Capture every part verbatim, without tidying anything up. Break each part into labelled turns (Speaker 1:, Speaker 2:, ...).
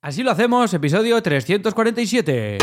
Speaker 1: Así lo hacemos, episodio trescientos cuarenta y siete.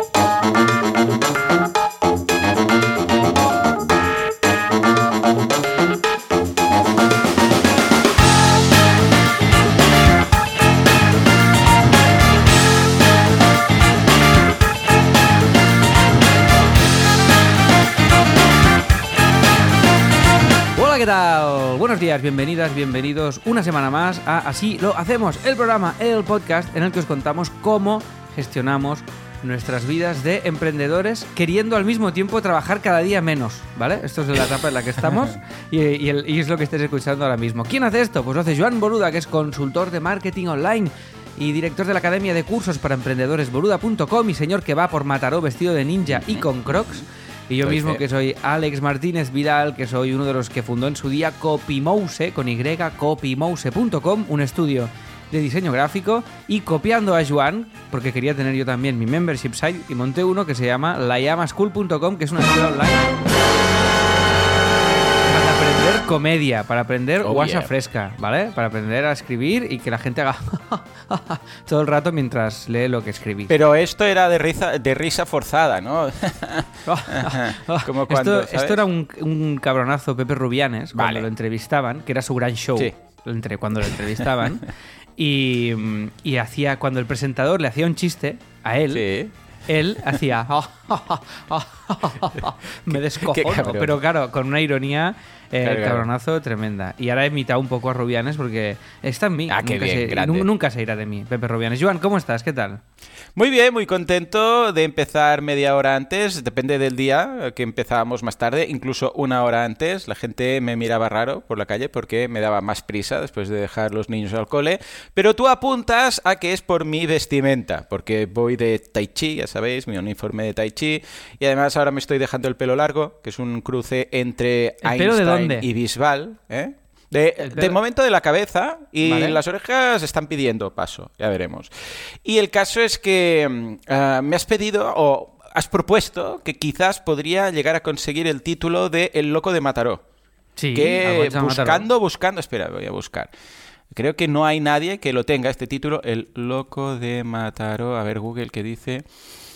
Speaker 1: ¿Qué tal? Buenos días, bienvenidas, bienvenidos una semana más a Así lo hacemos, el programa, el podcast en el que os contamos cómo gestionamos nuestras vidas de emprendedores queriendo al mismo tiempo trabajar cada día menos, ¿vale? Esto es la etapa en la que estamos y, y, el, y es lo que estáis escuchando ahora mismo. ¿Quién hace esto? Pues lo hace Joan Boluda, que es consultor de marketing online y director de la Academia de Cursos para Emprendedores Boluda punto com y señor que va por Mataró vestido de ninja y con crocs. Y yo mismo, que soy Alex Martínez Vidal, que soy uno de los que fundó en su día Copimouse, con Y, copimouse punto com, un estudio de diseño gráfico, y copiando a Joan, porque quería tener yo también mi membership site, y monté uno que se llama layamaschool punto com, que es una escuela online para aprender comedia, para aprender
Speaker 2: oh,
Speaker 1: guasa
Speaker 2: yeah.
Speaker 1: fresca, ¿vale? Para aprender a escribir y que la gente haga todo el rato mientras lee lo que escribí.
Speaker 2: Pero esto era de risa, de risa forzada, ¿no? Como cuando,
Speaker 1: esto, esto era un, un cabronazo Pepe Rubianes cuando
Speaker 2: vale.
Speaker 1: lo entrevistaban, que era su gran show,
Speaker 2: sí.
Speaker 1: entre, cuando lo entrevistaban, y, y hacía cuando el presentador le hacía un chiste a él,
Speaker 2: sí.
Speaker 1: él hacía me descojono, pero claro, con una ironía eh,
Speaker 2: claro,
Speaker 1: cabronazo tremenda. Y ahora he imitado un poco a Rubianes porque está en mí.
Speaker 2: Ah, qué
Speaker 1: nunca,
Speaker 2: bien,
Speaker 1: se,
Speaker 2: grande.
Speaker 1: nunca se irá de mí, Pepe Rubianes. Joan, ¿cómo estás? ¿Qué tal?
Speaker 2: Muy bien, muy contento de empezar media hora antes, depende del día, que empezábamos más tarde, incluso una hora antes. La gente me miraba raro por la calle porque me daba más prisa después de dejar los niños al cole, pero tú apuntas a que es por mi vestimenta, porque voy de tai chi, ya sabéis, mi uniforme de tai chi, y además ahora me estoy dejando el pelo largo, que es un cruce entre
Speaker 1: ¿El pelo de
Speaker 2: Einstein
Speaker 1: dónde?
Speaker 2: y Bisbal, ¿eh? De, de momento de la cabeza, y
Speaker 1: vale.
Speaker 2: las orejas están pidiendo paso, ya veremos. Y el caso es que uh, me has pedido o has propuesto que quizás podría llegar a conseguir el título de El Loco de Mataró.
Speaker 1: Sí,
Speaker 2: que
Speaker 1: Mataró.
Speaker 2: buscando, buscando, espera, voy a buscar. Creo que no hay nadie que lo tenga, este título, El Loco de Mataró. A ver, Google, ¿qué dice?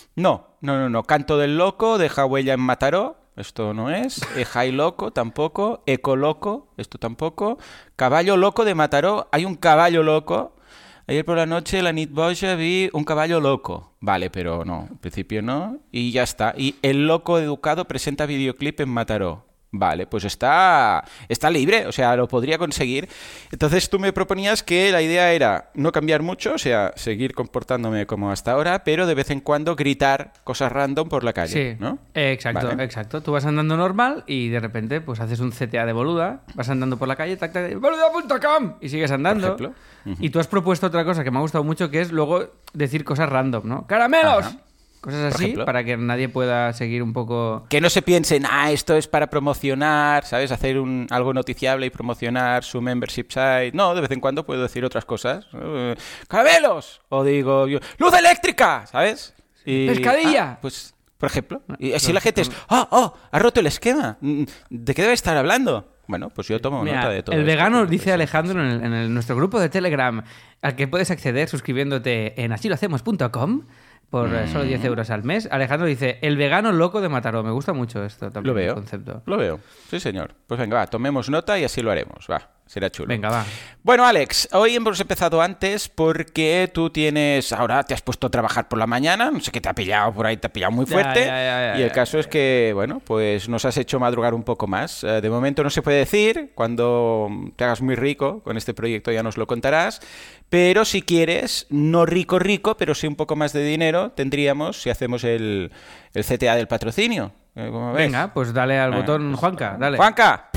Speaker 2: No, no, no, no. Canto del Loco, deja huella en Mataró. Esto no es. Ejai Loco tampoco. Eco Loco, esto tampoco. Caballo Loco de Mataró. Hay un caballo loco. Ayer por la noche, la nit boja, vi un caballo loco. Vale, pero no, en principio no. Y ya está. Y El Loco Educado presenta videoclip en Mataró. Vale, pues está, está libre, o sea, lo podría conseguir. Entonces tú me proponías que la idea era no cambiar mucho, o sea, seguir comportándome como hasta ahora, pero de vez en cuando gritar cosas random por la calle,
Speaker 1: sí,
Speaker 2: ¿no?
Speaker 1: Eh, exacto,
Speaker 2: vale.
Speaker 1: exacto. Tú vas andando normal y de repente pues haces un C T A de boluda, vas andando por la calle, tac, tac, boluda punto com y sigues andando.
Speaker 2: Por ejemplo. Uh-huh.
Speaker 1: Y tú has propuesto otra cosa que me ha gustado mucho, que es luego decir cosas random, ¿no? ¡Caramelos!
Speaker 2: Ajá.
Speaker 1: Cosas así, para que nadie pueda seguir un poco...
Speaker 2: Que no se piensen, ah, esto es para promocionar, ¿sabes? Hacer un, algo noticiable y promocionar su membership site. No, de vez en cuando puedo decir otras cosas. Uh, ¡Caramelos! O digo, yo, ¡luz eléctrica! ¿Sabes? Y,
Speaker 1: ¡pescadilla!
Speaker 2: Ah, pues, por ejemplo. Y así la gente es, ¡oh, oh! ¡Ha roto el esquema! ¿De qué debe estar hablando? Bueno, pues yo tomo
Speaker 1: Mira,
Speaker 2: nota de todo
Speaker 1: el
Speaker 2: esto.
Speaker 1: vegano, dice Alejandro en, el, en el, nuestro grupo de Telegram, al que puedes acceder suscribiéndote en así lo hacemos punto com por mm. solo diez euros al mes. Alejandro dice, el vegano loco de Mataró. Me gusta mucho esto también,
Speaker 2: lo veo,
Speaker 1: el concepto.
Speaker 2: Lo veo, sí señor. Pues venga, va, tomemos nota y así lo haremos, va. Será chulo.
Speaker 1: Venga, va.
Speaker 2: Bueno, Alex, hoy hemos empezado antes porque tú tienes... Ahora te has puesto a trabajar por la mañana, no sé qué te ha pillado por ahí, te ha pillado muy fuerte.
Speaker 1: Ya, ya, ya, ya,
Speaker 2: y el
Speaker 1: ya,
Speaker 2: caso
Speaker 1: ya,
Speaker 2: es que, bueno, pues nos has hecho madrugar un poco más. De momento no se puede decir, cuando te hagas muy rico con este proyecto ya nos lo contarás. Pero si quieres, no rico rico, pero sí un poco más de dinero tendríamos si hacemos el, el C T A del patrocinio. ¿Cómo ves?
Speaker 1: Venga, pues dale al
Speaker 2: Venga,
Speaker 1: botón,
Speaker 2: pues,
Speaker 1: Juanca, dale.
Speaker 2: ¡Juanca!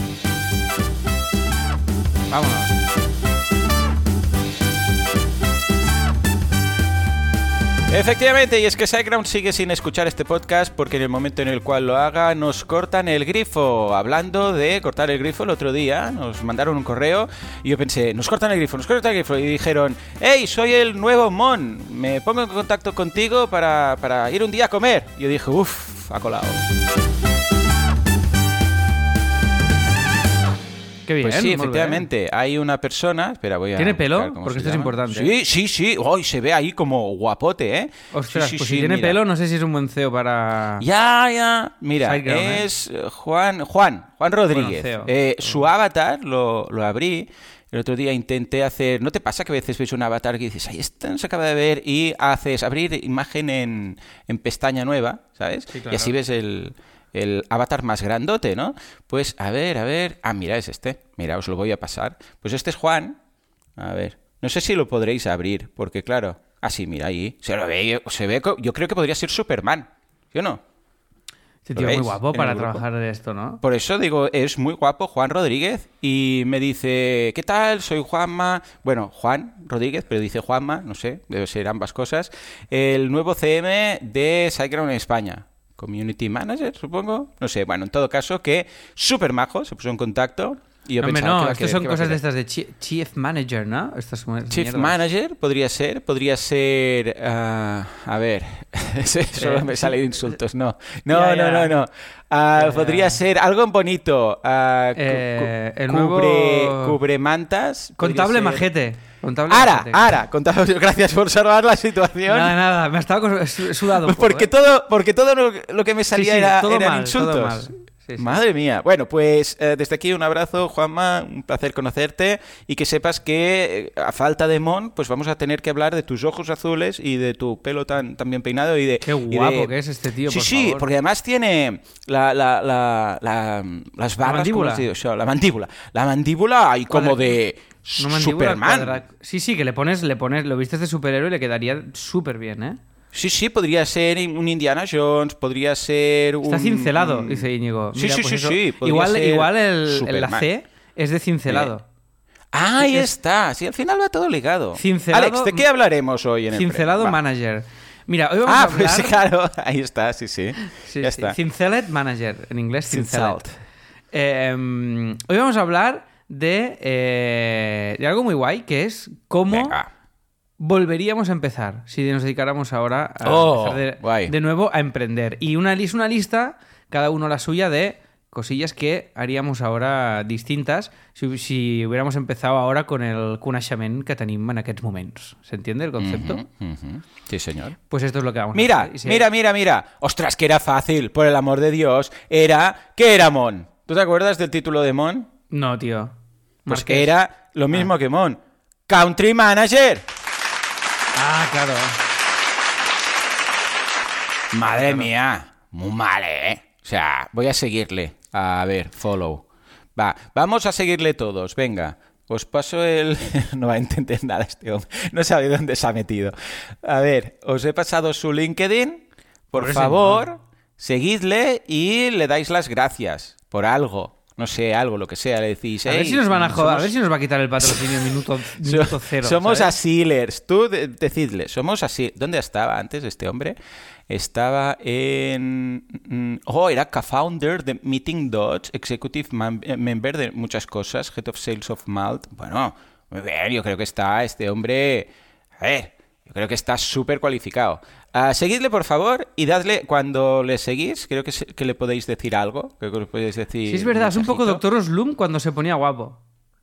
Speaker 1: Vámonos.
Speaker 2: Efectivamente, y es que SiteGround sigue sin escuchar este podcast porque en el momento en el cual lo haga nos cortan el grifo. Hablando de cortar el grifo, el otro día nos mandaron un correo y yo pensé, nos cortan el grifo, nos cortan el grifo. Y dijeron, hey, soy el nuevo Mon, me pongo en contacto contigo para, para ir un día a comer. Y yo dije, uff, ha colado.
Speaker 1: Qué bien,
Speaker 2: pues sí,
Speaker 1: muy bien.
Speaker 2: efectivamente, hay una persona... Espera, voy a
Speaker 1: ¿Tiene
Speaker 2: buscar
Speaker 1: pelo?
Speaker 2: cómo
Speaker 1: Porque
Speaker 2: se
Speaker 1: esto es
Speaker 2: llama.
Speaker 1: importante.
Speaker 2: Sí, sí, sí. Hoy se ve ahí como guapote, ¿eh?
Speaker 1: Ostras,
Speaker 2: sí, sí,
Speaker 1: pues
Speaker 2: sí,
Speaker 1: si tiene
Speaker 2: mira.
Speaker 1: pelo, no sé si es un buen C E O para...
Speaker 2: Ya, ya. Mira,
Speaker 1: Sideground, ¿eh?
Speaker 2: es Juan, Juan, Juan Rodríguez.
Speaker 1: Bueno, C E O.
Speaker 2: Eh, su avatar lo, lo abrí. El otro día intenté hacer... ¿No te pasa que a veces ves un avatar que dices, ay, esto no se acaba de ver? Y haces abrir imagen en, en pestaña nueva, ¿sabes?
Speaker 1: Sí, claro.
Speaker 2: Y así ves el, el avatar más grandote, ¿no? Pues a ver, a ver... Ah, mira, es este. Mira, os lo voy a pasar. Pues este es Juan. A ver. No sé si lo podréis abrir, porque claro... Ah, sí, mira ahí. Se lo ve, se ve... Yo creo que podría ser Superman. ¿Sí o no?
Speaker 1: Este
Speaker 2: ¿Lo
Speaker 1: tío es muy
Speaker 2: veis
Speaker 1: guapo
Speaker 2: en
Speaker 1: para
Speaker 2: el grupo?
Speaker 1: trabajar de esto, ¿no?
Speaker 2: Por eso digo, es muy guapo Juan Rodríguez y me dice, ¿qué tal? Soy Juanma. Bueno, Juan Rodríguez, pero dice Juanma, no sé, debe ser ambas cosas. El nuevo C M de SiteGround en España. Community Manager, supongo. No sé, bueno, en todo caso, que súper majo, se puso en contacto. Y yo
Speaker 1: No, hombre,
Speaker 2: pensaba, ¿qué
Speaker 1: no,
Speaker 2: va a
Speaker 1: estos
Speaker 2: querer?
Speaker 1: son
Speaker 2: ¿Qué va a
Speaker 1: cosas de
Speaker 2: querer?
Speaker 1: estas de chi- Chief Manager, ¿no? Estas son
Speaker 2: Chief
Speaker 1: mierdas.
Speaker 2: Manager podría ser, podría ser, ah, a ver, solo
Speaker 1: Eh,
Speaker 2: me
Speaker 1: sí.
Speaker 2: salen insultos, no, no,
Speaker 1: Ya,
Speaker 2: no,
Speaker 1: ya.
Speaker 2: no, no, Ah,
Speaker 1: Ya,
Speaker 2: podría
Speaker 1: ya.
Speaker 2: ser algo bonito, ah, cu-
Speaker 1: Eh,
Speaker 2: cu-
Speaker 1: el
Speaker 2: cubre,
Speaker 1: nuevo-
Speaker 2: cubre mantas, podría
Speaker 1: Contable
Speaker 2: ser-
Speaker 1: majete. Contable
Speaker 2: Ara,
Speaker 1: majete.
Speaker 2: Ara, contable, gracias por salvar la situación.
Speaker 1: Nada, nada, me ha estado cos- he sudado un
Speaker 2: Pues
Speaker 1: poco,
Speaker 2: porque
Speaker 1: ¿eh?
Speaker 2: todo, porque todo lo, lo que me
Speaker 1: Sí,
Speaker 2: salía
Speaker 1: sí,
Speaker 2: era,
Speaker 1: todo
Speaker 2: eran
Speaker 1: mal,
Speaker 2: insultos.
Speaker 1: todo mal. Sí, sí.
Speaker 2: Madre mía. Bueno, pues eh, desde aquí un abrazo, Juanma, un placer conocerte y que sepas que eh, a falta de Mon, pues vamos a tener que hablar de tus ojos azules y de tu pelo tan, tan bien peinado y de...
Speaker 1: Qué
Speaker 2: y
Speaker 1: guapo
Speaker 2: de-
Speaker 1: que es este tío,
Speaker 2: Sí,
Speaker 1: por
Speaker 2: sí,
Speaker 1: favor.
Speaker 2: porque además tiene la, la, la, la- las barras...
Speaker 1: mandíbula.
Speaker 2: ¿cómo se dice eso? La mandíbula. La mandíbula hay como
Speaker 1: Cuadra-
Speaker 2: de
Speaker 1: Una mandíbula
Speaker 2: Superman.
Speaker 1: cuadra- Sí, sí, que le pones, le pones, lo vistes de superhéroe y le quedaría súper bien, ¿eh?
Speaker 2: Sí, sí, podría ser un Indiana Jones, podría ser un...
Speaker 1: Está cincelado,
Speaker 2: un-
Speaker 1: dice Íñigo.
Speaker 2: Sí,
Speaker 1: Mira,
Speaker 2: sí,
Speaker 1: pues
Speaker 2: sí,
Speaker 1: eso-
Speaker 2: sí, podría
Speaker 1: Igual,
Speaker 2: ser
Speaker 1: igual el, el- la
Speaker 2: Superman.
Speaker 1: C es de cincelado.
Speaker 2: Ah, ahí
Speaker 1: Es-
Speaker 2: está. Sí, al final va todo ligado.
Speaker 1: Cincelado-
Speaker 2: Alex, ¿de qué hablaremos hoy en el
Speaker 1: Cincelado
Speaker 2: premio? Va.
Speaker 1: Manager. Mira, hoy vamos a
Speaker 2: Ah,
Speaker 1: hablar...
Speaker 2: pues claro, ahí está, sí, sí.
Speaker 1: Sí,
Speaker 2: ya
Speaker 1: sí,
Speaker 2: está.
Speaker 1: Cinceled Manager, en inglés Cinceled.
Speaker 2: Cinceled.
Speaker 1: Eh, hoy vamos a hablar de, eh, de algo muy guay, que es cómo
Speaker 2: Venga.
Speaker 1: volveríamos a empezar si nos dedicáramos ahora a
Speaker 2: Oh,
Speaker 1: empezar de,
Speaker 2: guay.
Speaker 1: de nuevo a emprender. Y una, es una lista, cada uno la suya, de cosillas que haríamos ahora distintas si, si hubiéramos empezado ahora con el coneixement que tenim en aquests moments. ¿Se entiende el concepto?
Speaker 2: Ujú, ujú. Sí, señor.
Speaker 1: Pues esto es lo que vamos a
Speaker 2: Mira,
Speaker 1: hacer. Y se-
Speaker 2: mira, mira, mira. Ostras, que era fácil, por el amor de Dios. Era... ¿Qué era Mon? ¿Tú te acuerdas del título de Mon?
Speaker 1: No, tío.
Speaker 2: Pues
Speaker 1: Marqués.
Speaker 2: era lo mismo que Mon. Country Manager.
Speaker 1: Ah, claro.
Speaker 2: Madre mía, muy mal, ¿eh? O sea, voy a seguirle. A ver, follow. Va, vamos a seguirle todos, venga. Os paso el... No va a entender nada este hombre. No sabe dónde se ha metido. A ver, os he pasado su LinkedIn. Por
Speaker 1: Pobre
Speaker 2: favor,
Speaker 1: señor.
Speaker 2: seguidle y le dais las gracias por algo. No sé, algo, lo que sea. Le decís,
Speaker 1: A ver
Speaker 2: "Ey,
Speaker 1: si nos van a joder, a
Speaker 2: somos-
Speaker 1: ver si nos va a quitar el patrocinio minuto,
Speaker 2: So-
Speaker 1: minuto cero.
Speaker 2: somos
Speaker 1: ¿sabes?
Speaker 2: asilers. Tú de- decidle, somos así. ¿Dónde estaba antes este hombre? Estaba en... mm, Oh, era co-founder de Meeting Dodge, executive man- eh, member de muchas cosas, head of sales of Malt. Bueno, muy bien, yo creo que está este hombre... A ver, yo creo que está súper cualificado. Ah, seguidle, por favor, y dadle, cuando le seguís, creo que, se- que le podéis decir algo. Creo que le podéis decir...
Speaker 1: Sí, es verdad, es un poco
Speaker 2: mensajito.
Speaker 1: Doctor Slum cuando se ponía guapo.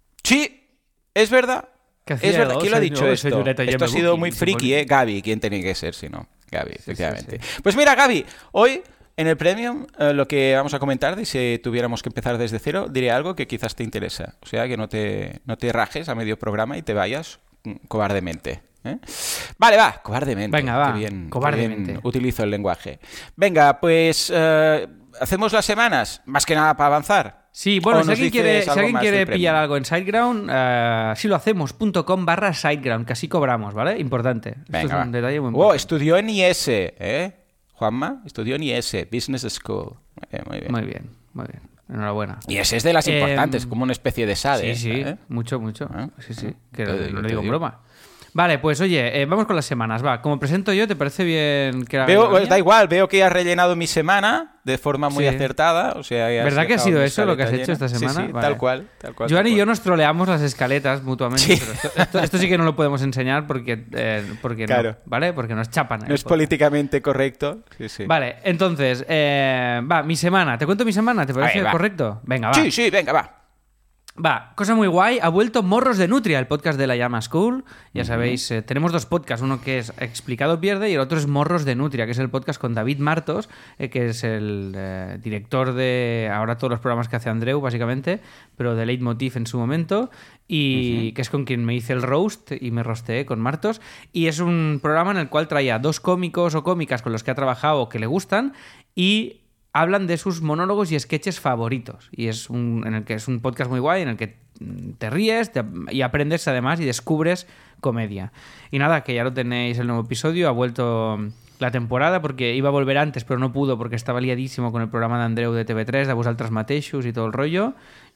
Speaker 2: Sí, es verdad.
Speaker 1: Que hacía
Speaker 2: Es verdad,
Speaker 1: dos,
Speaker 2: ¿quién lo ha
Speaker 1: señor,
Speaker 2: dicho esto?
Speaker 1: señorita
Speaker 2: Esto ha
Speaker 1: Yamabuki,
Speaker 2: sido muy
Speaker 1: se
Speaker 2: friki,
Speaker 1: pone-
Speaker 2: ¿eh? Gaby, ¿quién tenía que ser si no? Gaby,
Speaker 1: sí,
Speaker 2: efectivamente.
Speaker 1: sí.
Speaker 2: Pues mira, Gaby, hoy en el Premium eh, lo que vamos a comentar, de si tuviéramos que empezar desde cero, diré algo que quizás te interesa. O sea, que no te, no te rajes a medio programa y te vayas mm, cobardemente. ¿eh? Vale, va, cobardemente.
Speaker 1: Venga, va,
Speaker 2: Qué bien, qué
Speaker 1: cobardemente.
Speaker 2: bien utilizo el lenguaje. Venga, pues eh, hacemos las semanas, más que nada para avanzar.
Speaker 1: Sí, bueno,
Speaker 2: ¿O
Speaker 1: si
Speaker 2: nos
Speaker 1: alguien
Speaker 2: dices
Speaker 1: quiere, si
Speaker 2: algo
Speaker 1: alguien
Speaker 2: más
Speaker 1: quiere
Speaker 2: del
Speaker 1: pillar
Speaker 2: premio?
Speaker 1: algo en SiteGround, uh, si lo hacemos.com barra SiteGround, que así cobramos, ¿vale? Importante. Esto
Speaker 2: Venga,
Speaker 1: es un
Speaker 2: va.
Speaker 1: detalle muy
Speaker 2: Oh,
Speaker 1: importante.
Speaker 2: estudió en I S, ¿eh? Juanma, estudió en I S, Business School. Eh, muy bien.
Speaker 1: Muy bien, muy bien. Enhorabuena.
Speaker 2: Y ese es de las
Speaker 1: Em,
Speaker 2: importantes, como una especie de S A D.
Speaker 1: Sí, sí,
Speaker 2: ¿eh?
Speaker 1: mucho, mucho.
Speaker 2: Ah,
Speaker 1: Sí, sí, que
Speaker 2: te
Speaker 1: no,
Speaker 2: digo,
Speaker 1: no lo
Speaker 2: te
Speaker 1: digo en
Speaker 2: digo.
Speaker 1: broma. Vale, pues oye, eh, vamos con las semanas, va. Como presento yo, ¿te parece bien que la
Speaker 2: Veo,
Speaker 1: la mía?
Speaker 2: da igual, veo que has rellenado mi semana de forma muy
Speaker 1: Sí.
Speaker 2: acertada. O sea, has
Speaker 1: ¿Verdad que ha
Speaker 2: dejado
Speaker 1: sido
Speaker 2: mi
Speaker 1: eso lo que has
Speaker 2: escaleta
Speaker 1: hecho esta
Speaker 2: llena.
Speaker 1: semana?
Speaker 2: Sí, sí,
Speaker 1: Vale.
Speaker 2: tal cual. Tal cual
Speaker 1: Joan
Speaker 2: tal
Speaker 1: y yo
Speaker 2: cual.
Speaker 1: nos troleamos las escaletas mutuamente,
Speaker 2: Sí.
Speaker 1: pero esto, esto- esto sí que no lo podemos enseñar porque, eh, porque
Speaker 2: Claro.
Speaker 1: no, ¿vale? Porque nos chapan.
Speaker 2: No
Speaker 1: el
Speaker 2: es
Speaker 1: podcast.
Speaker 2: políticamente correcto. Sí, sí.
Speaker 1: Vale, entonces, eh, va, mi semana. ¿Te cuento mi semana? ¿Te parece
Speaker 2: A ver, va.
Speaker 1: correcto? Venga, va.
Speaker 2: Sí, sí, venga, va.
Speaker 1: Va, cosa muy guay, ha vuelto Morros de Nutria, el podcast de la Llama School. Ya sabéis, eh, tenemos dos podcasts, uno que es Explicado Pierde y el otro es Morros de Nutria, que es el podcast con David Martos, eh, que es el eh, director de ahora todos los programas que hace Andreu, básicamente, pero de Leitmotiv en su momento, y uh-huh. que es con quien me hice el roast y me rosteé con Martos. Y es un programa en el cual traía dos cómicos o cómicas con los que ha trabajado o que le gustan y hablan de sus monólogos y sketches favoritos. Y es un, en el que es un podcast muy guay, en el que te ríes te, y aprendes además y descubres comedia. Y nada, que ya lo tenéis el nuevo episodio, ha vuelto la temporada porque iba a volver antes, pero no pudo porque estaba liadísimo con el programa de Andreu de T V tres, de Vosaltres Mateixos y todo el rollo.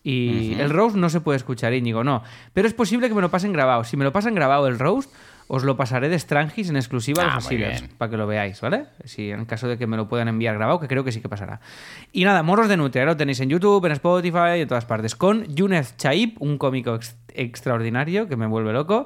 Speaker 1: Y uh-huh. el roast no se puede escuchar, Íñigo, no. Pero es posible que me lo pasen grabado. Si me lo pasan grabado el roast, os lo pasaré de Strangis en exclusiva a los Asilers, para que lo veáis, ¿vale? Si en caso de que me lo puedan enviar grabado, que creo que sí que pasará. Y nada, Morros de Nutria, lo tenéis en YouTube, en Spotify, en todas partes, con Yunez Chaib, un cómico ex- extraordinario que me vuelve loco,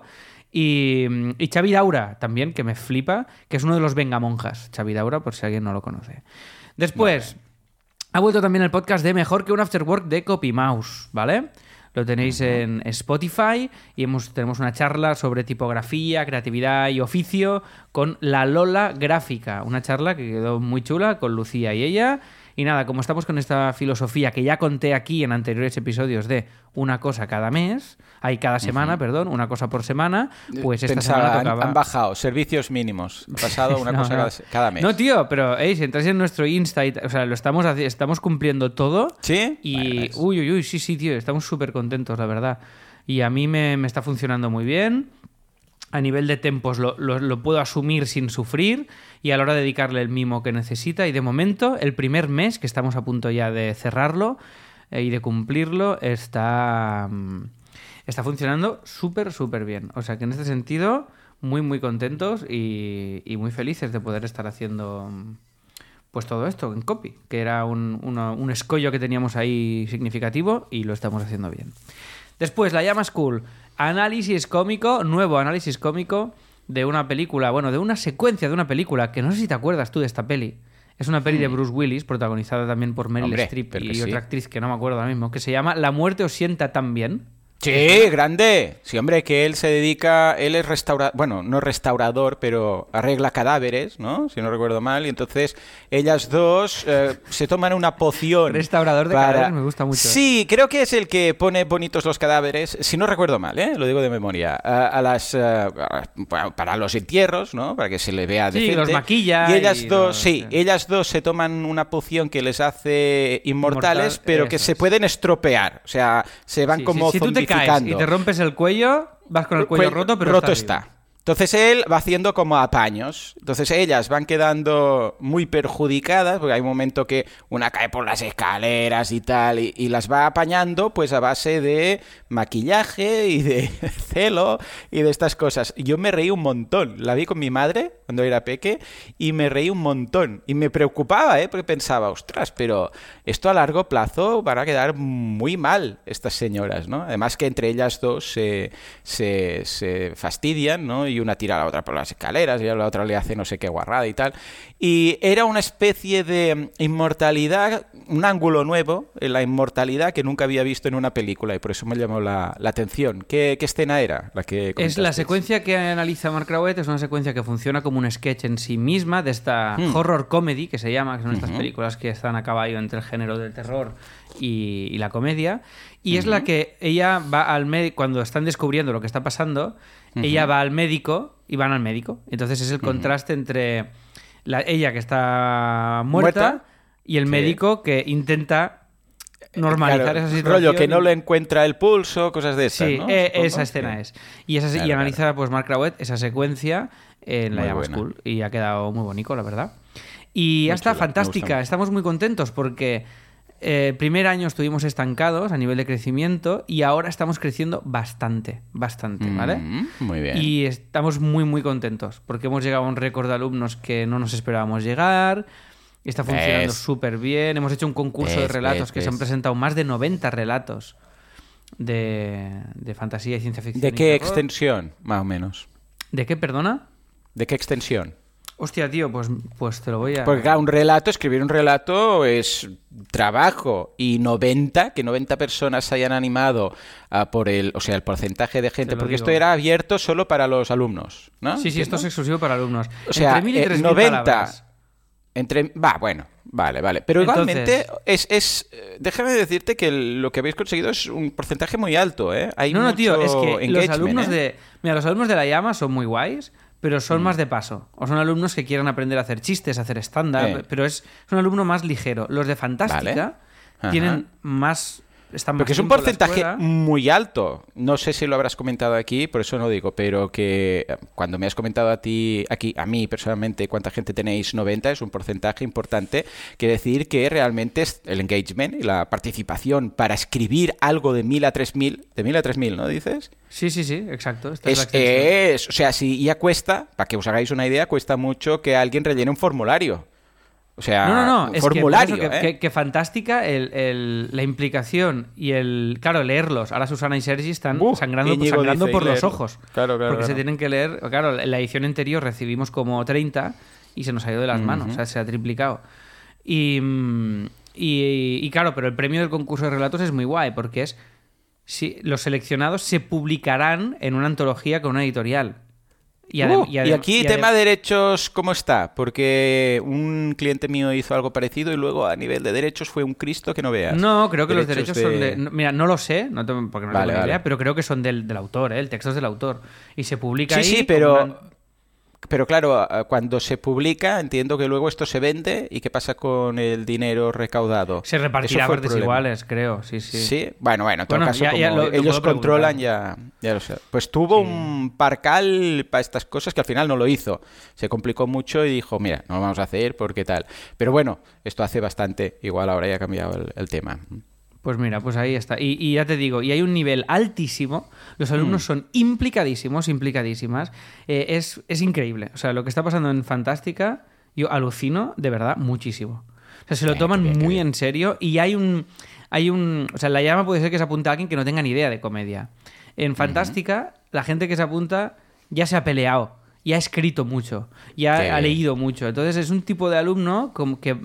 Speaker 1: y, y Xavi Daura, también, que me flipa, que es uno de los vengamonjas. Xavi Daura, por si alguien no lo conoce. Después, vale. Ha vuelto también el podcast de Mejor que un Afterwork de CopyMouse, ¿vale? Lo tenéis en Spotify y hemos, tenemos una charla sobre tipografía, creatividad y oficio con la Lola Gráfica. Una charla que quedó muy chula con Lucía y ella. Y nada, como estamos con esta filosofía que ya conté aquí en anteriores episodios de una cosa cada mes, hay cada semana, uh-huh. perdón, una cosa por semana, pues esta
Speaker 2: Pensaba,
Speaker 1: semana tocaba...
Speaker 2: Han, han bajado servicios mínimos, pasado una no, cosa
Speaker 1: no.
Speaker 2: Cada, cada mes.
Speaker 1: No, tío, pero hey, si entráis en nuestro Insta, y, o sea, lo estamos, estamos cumpliendo todo.
Speaker 2: ¿Sí?
Speaker 1: Y
Speaker 2: Vale,
Speaker 1: uy, uy, uy, sí, sí, tío, estamos súper contentos, la verdad. Y a mí me, me está funcionando muy bien. A nivel de tempos lo, lo, lo puedo asumir sin sufrir y a la hora de dedicarle el mimo que necesita. Y de momento, el primer mes, que estamos a punto ya de cerrarlo eh, y de cumplirlo, está, está funcionando súper, súper bien. O sea que en este sentido, muy, muy contentos y, y muy felices de poder estar haciendo pues todo esto en Copy, que era un, uno, un escollo que teníamos ahí significativo y lo estamos haciendo bien. Después, la Llama School. Análisis cómico, nuevo análisis cómico de una película, bueno, de una secuencia de una película, que no sé si te acuerdas tú de esta peli. Es una peli mm. de Bruce Willis, protagonizada también por Meryl Streep y sí. otra actriz que no me acuerdo ahora mismo, que se llama La muerte os sienta tan bien.
Speaker 2: Sí, grande. Sí, hombre, que él se dedica, él es restaurador, bueno, no restaurador, pero arregla cadáveres, ¿no? Si no recuerdo mal. Y entonces ellas dos eh, se toman una poción.
Speaker 1: Restaurador de para... cadáveres me gusta mucho.
Speaker 2: Sí, creo que es el que pone bonitos los cadáveres, si no recuerdo mal, ¿eh? Lo digo de memoria. A, a las uh, para los entierros, ¿no? Para que se le vea decente.
Speaker 1: Sí, los maquilla.
Speaker 2: Y ellas
Speaker 1: y
Speaker 2: dos,
Speaker 1: los...
Speaker 2: sí, ellas dos se toman una poción que les hace inmortales, Inmortal, pero que es. se pueden estropear. O sea, se van sí, como
Speaker 1: sí, si tú te caes y te rompes el cuello, vas con el cuello Cue- roto, pero
Speaker 2: roto
Speaker 1: está.
Speaker 2: está. Entonces él va haciendo como apaños. Entonces ellas van quedando muy perjudicadas, porque hay un momento que una cae por las escaleras y tal, y, y las va apañando pues a base de maquillaje y de celo y de estas cosas. Yo me reí un montón. La vi con mi madre cuando era peque y me reí un montón. Y me preocupaba, ¿eh? Porque pensaba, ostras, pero esto a largo plazo van a quedar muy mal estas señoras, ¿no? Además que entre ellas dos se, se, se fastidian, ¿no? Y una tira a la otra por las escaleras y a la otra le hace no sé qué guarrada y tal. Y era una especie de inmortalidad, un ángulo nuevo en la inmortalidad que nunca había visto en una película y por eso me llamó la, la atención. ¿Qué, ¿Qué escena era la que comentaste?
Speaker 1: Es la secuencia que analiza Mark Rowett, es una secuencia que funciona como un sketch en sí misma de esta hmm. horror comedy que se llama, que son estas uh-huh. películas que están a caballo entre el género del terror y, y la comedia. Y uh-huh. es la que ella va al médico, cuando están descubriendo lo que está pasando, uh-huh. ella va al médico y van al médico. Entonces es el uh-huh. contraste entre la, ella que está muerta, ¿Muerta? y el sí. médico que intenta normalizar claro, esa situación.
Speaker 2: Rollo que no le encuentra el pulso, cosas de esas,
Speaker 1: sí,
Speaker 2: ¿no?
Speaker 1: eh, esa escena sí. es. Y, esa, claro, y analiza claro. pues Mark Rowett esa secuencia en la Llama School. Y ha quedado muy bonito, la verdad. Y ya está, chulo, fantástica. Estamos muy contentos porque el eh, primer año estuvimos estancados a nivel de crecimiento y ahora estamos creciendo bastante, bastante, ¿vale?
Speaker 2: Mm, muy bien.
Speaker 1: Y estamos muy, muy contentos porque hemos llegado a un récord de alumnos que no nos esperábamos llegar. Está funcionando súper bien. Hemos hecho un concurso
Speaker 2: ves,
Speaker 1: de relatos
Speaker 2: ves,
Speaker 1: que
Speaker 2: ves.
Speaker 1: se han presentado más de noventa relatos de, de fantasía y ciencia ficción.
Speaker 2: ¿De qué extensión, más o menos?
Speaker 1: ¿De qué, perdona?
Speaker 2: ¿De qué extensión?
Speaker 1: Hostia, tío, pues, pues te lo voy a...
Speaker 2: Porque claro, un relato, escribir un relato es trabajo y noventa, que noventa personas hayan animado uh, por el, o sea, el porcentaje de gente, porque
Speaker 1: digo.
Speaker 2: esto era abierto solo para los alumnos, ¿no?
Speaker 1: Sí, sí,
Speaker 2: ¿Entiendo?
Speaker 1: esto es exclusivo para alumnos.
Speaker 2: O sea,
Speaker 1: entre mil y
Speaker 2: eh,
Speaker 1: tres mil
Speaker 2: noventa...
Speaker 1: palabras.
Speaker 2: Entre, va, bueno, vale, vale. Pero
Speaker 1: Entonces,
Speaker 2: igualmente, es, es, déjame decirte que lo que habéis conseguido es un porcentaje muy alto, ¿eh? Hay
Speaker 1: no, no,
Speaker 2: mucho
Speaker 1: tío, es que los alumnos
Speaker 2: ¿eh?
Speaker 1: de... Mira, los alumnos de la llama son muy guays, pero son mm. más de paso. O son alumnos que quieren aprender a hacer chistes, a hacer stand-up, eh. pero es, es un alumno más ligero. Los de Fantástica vale. tienen más... Están
Speaker 2: Porque es un porcentaje muy alto. No sé si lo habrás comentado aquí, por eso no digo, pero que cuando me has comentado a ti, aquí, a mí personalmente, cuánta gente tenéis, noventa, es un porcentaje importante. Quiere decir que realmente es el engagement y la participación para escribir algo de mil a tres mil, de mil a tres mil, ¿no dices?
Speaker 1: Sí, sí, sí, exacto. Esta
Speaker 2: es,
Speaker 1: es, la
Speaker 2: es, o sea, si ya cuesta, para que os hagáis una idea, cuesta mucho que alguien rellene un formulario. O sea,
Speaker 1: no, no, no.
Speaker 2: un
Speaker 1: es
Speaker 2: formulario,
Speaker 1: que,
Speaker 2: ¿eh?
Speaker 1: que, que fantástica el, el, la implicación y el... Claro, leerlos. Ahora Susana y Sergi están uh, sangrando, sangrando por los ojos.
Speaker 2: Claro, claro.
Speaker 1: Porque
Speaker 2: claro.
Speaker 1: se tienen que leer... Claro, en la edición anterior recibimos como treinta y se nos ha ido de las uh-huh. manos. O sea, se ha triplicado. Y, y, y claro, pero el premio del concurso de relatos es muy guay porque es... Si, los seleccionados se publicarán en una antología con una editorial.
Speaker 2: Y, uh, y, y aquí, y tema de derechos, ¿cómo está? Porque un cliente mío hizo algo parecido y luego a nivel de derechos fue un Cristo que no veas.
Speaker 1: No, creo que derechos los derechos de... son de... No, mira, no lo sé, no tengo, porque no
Speaker 2: vale,
Speaker 1: tengo
Speaker 2: vale.
Speaker 1: idea, pero creo que son del, del autor, ¿eh? El texto es del autor. Y se publica
Speaker 2: sí,
Speaker 1: ahí...
Speaker 2: Sí, sí, pero...
Speaker 1: Una...
Speaker 2: Pero claro, cuando se publica, entiendo que luego esto se vende y ¿qué pasa con el dinero recaudado?
Speaker 1: Se repartirá a partes iguales, creo, sí, sí.
Speaker 2: Sí, bueno, bueno, en todo
Speaker 1: bueno,
Speaker 2: caso,
Speaker 1: ya,
Speaker 2: como
Speaker 1: ya lo,
Speaker 2: ellos
Speaker 1: lo
Speaker 2: controlan, ya, ya lo sé. Pues tuvo
Speaker 1: sí.
Speaker 2: un parcal para estas cosas que al final no lo hizo. Se complicó mucho y dijo, mira, no lo vamos a hacer porque tal. Pero bueno, esto hace bastante, igual ahora ya ha cambiado el, el tema.
Speaker 1: Pues mira, pues ahí está. Y, y ya te digo, y hay un nivel altísimo. Los alumnos mm. son implicadísimos, implicadísimas. Eh, es, es increíble. O sea, lo que está pasando en Fantástica, yo alucino de verdad muchísimo. O sea, se lo toman bien, muy bien. en serio y hay un... hay un O sea, la llama puede ser que se apunte a alguien que no tenga ni idea de comedia. En Fantástica, uh-huh. la gente que se apunta ya se ha peleado, ya ha escrito mucho, ya Qué ha bien. leído mucho. Entonces es un tipo de alumno como que...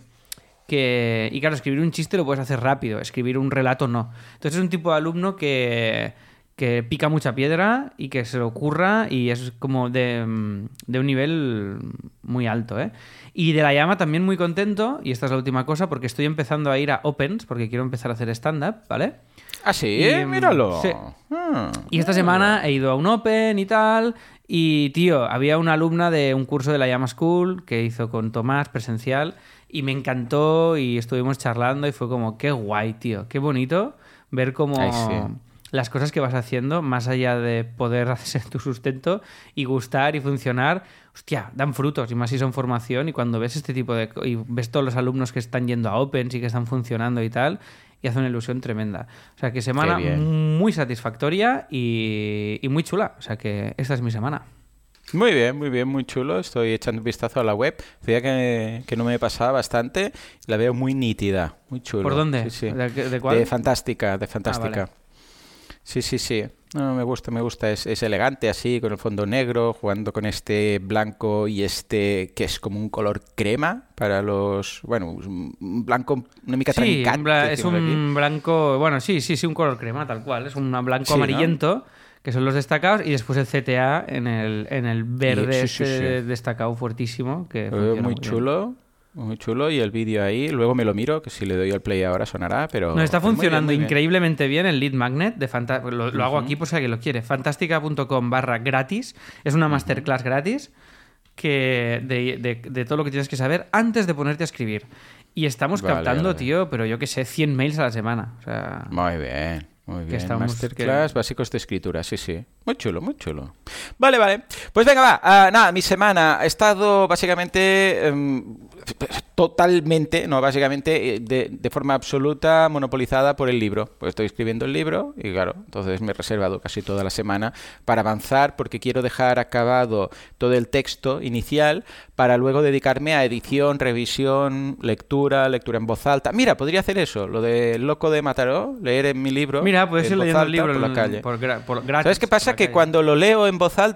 Speaker 1: Que, y claro, escribir un chiste lo puedes hacer rápido, escribir un relato no. Entonces es un tipo de alumno que, que pica mucha piedra y que se le ocurra y es como de, de un nivel muy alto, ¿eh? Y de la llama también muy contento, y esta es la última cosa, porque estoy empezando a ir a Opens, porque quiero empezar a hacer stand-up, ¿vale?
Speaker 2: Ah, sí, y, míralo.
Speaker 1: Sí.
Speaker 2: Ah,
Speaker 1: y esta semana he ido a un Open y tal... Y, tío, había una alumna de un curso de la Llama School que hizo con Tomás presencial y me encantó y estuvimos charlando y fue como, qué guay, tío, qué bonito ver cómo
Speaker 2: Ay, sí.
Speaker 1: las cosas que vas haciendo, más allá de poder hacer tu sustento y gustar y funcionar, hostia, dan frutos y más si son formación y cuando ves este tipo de... y ves todos los alumnos que están yendo a Opens y que están funcionando y tal... y hace una ilusión tremenda. O sea, que semana muy satisfactoria y, y muy chula. O sea, que esta es mi semana.
Speaker 2: Muy bien, muy bien, muy chulo. Estoy echando un vistazo a la web. Decía que, que no me pasaba bastante. La veo muy nítida, muy chulo.
Speaker 1: ¿Por dónde?
Speaker 2: Sí, sí.
Speaker 1: ¿De, de cuál?
Speaker 2: De Fantástica, de Fantástica.
Speaker 1: Ah, vale.
Speaker 2: Sí, sí, sí. No, me gusta, me gusta. Es, es elegante así, con el fondo negro, jugando con este blanco y este que es como un color crema para los... Bueno, un blanco una mica
Speaker 1: sí,
Speaker 2: trancante.
Speaker 1: Un bla- es un aquí. blanco... Bueno, sí, sí, sí, un color crema, tal cual. Es un blanco sí, amarillento, ¿no? Que son los destacados, y después el C T A en el, en el verde sí, sí, sí, sí. destacado fuertísimo. Que
Speaker 2: muy, muy chulo. Bien. Muy chulo, y el vídeo ahí, luego me lo miro, que si le doy al play ahora sonará, pero...
Speaker 1: Nos está funcionando
Speaker 2: muy bien, muy
Speaker 1: increíblemente bien el lead magnet, de Fanta- lo, lo uh-huh. hago aquí por si alguien lo quiere, fantástica.com barra gratis, es una masterclass uh-huh. gratis que de, de, de todo lo que tienes que saber antes de ponerte a escribir. Y estamos vale, captando, vale. tío, pero yo que sé, cien mails a la semana. O sea,
Speaker 2: muy bien. Muy bien,
Speaker 1: estamos,
Speaker 2: masterclass
Speaker 1: que...
Speaker 2: básicos de escritura, sí, sí. Muy chulo, muy chulo. Vale, vale. Pues venga, va. Uh, nada, mi semana ha estado básicamente, um, totalmente, no, básicamente, de, de forma absoluta monopolizada por el libro. Pues estoy escribiendo el libro y claro, entonces me he reservado casi toda la semana para avanzar porque quiero dejar acabado todo el texto inicial para luego dedicarme a edición, revisión, lectura, lectura en voz alta. Mira, podría hacer eso, lo de Loco de Mataró, leer en mi libro.
Speaker 1: Mira, puedes ir leyendo el libro
Speaker 2: por la calle.
Speaker 1: Por, gra- por gratis.
Speaker 2: ¿Sabes qué pasa? Que cuando lo leo en voz alta,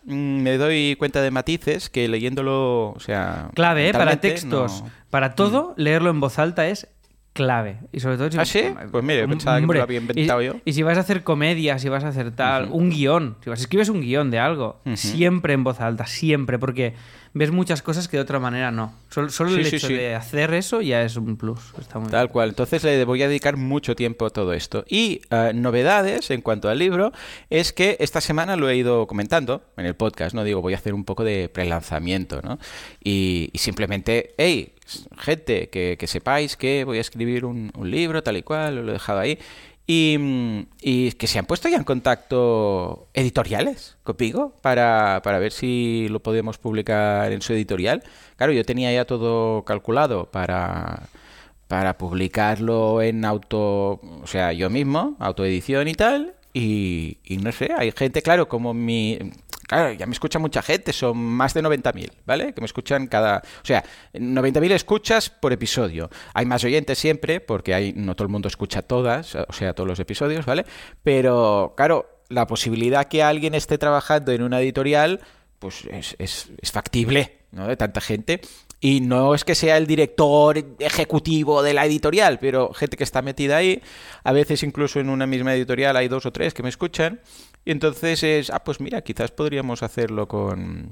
Speaker 2: mmm, me doy cuenta de matices que leyéndolo, o sea...
Speaker 1: Clave, ¿eh? Para
Speaker 2: mentalmente,
Speaker 1: textos,
Speaker 2: no-
Speaker 1: para todo, leerlo en voz alta es clave. Y sobre todo si...
Speaker 2: ¿Ah, sí? Pues mire, yo pensaba que me
Speaker 1: Hombre,
Speaker 2: lo había inventado
Speaker 1: y,
Speaker 2: yo.
Speaker 1: Y si vas a hacer comedia, si vas a hacer tal,
Speaker 2: Ujú.
Speaker 1: un guión, si vas escribes un guión de algo,
Speaker 2: Ujú.
Speaker 1: siempre en voz alta, siempre, porque ves muchas cosas que de otra manera no. Solo, solo el
Speaker 2: Sí, sí,
Speaker 1: hecho
Speaker 2: sí.
Speaker 1: de hacer eso ya es un plus. Está muy
Speaker 2: Tal
Speaker 1: bien.
Speaker 2: cual. Entonces le voy a dedicar mucho tiempo a todo esto. Y eh, novedades en cuanto al libro es que esta semana lo he ido comentando en el podcast, ¿no? Digo, voy a hacer un poco de prelanzamiento, ¿no? Y, y simplemente, hey, gente, que, que sepáis que voy a escribir un, un libro, tal y cual, lo he dejado ahí. Y, mm, y que se han puesto ya en contacto editoriales conmigo para, para ver si lo podemos publicar en su editorial. Claro, yo tenía ya todo calculado para, para publicarlo en auto, o sea, yo mismo, autoedición y tal. Y, y no sé, hay gente, claro, como mi... Claro, ya me escucha mucha gente, son más de noventa mil, ¿vale? Que me escuchan cada... O sea, noventa mil escuchas por episodio. Hay más oyentes siempre, porque hay, no todo el mundo escucha todas, o sea, todos los episodios, ¿vale? Pero, claro, la posibilidad que alguien esté trabajando en una editorial, pues es, es, es factible, ¿no? De tanta gente. Y no es que sea el director ejecutivo de la editorial, pero gente que está metida ahí, a veces incluso en una misma editorial hay dos o tres que me escuchan. Y entonces es, ah, pues mira, quizás podríamos hacerlo con,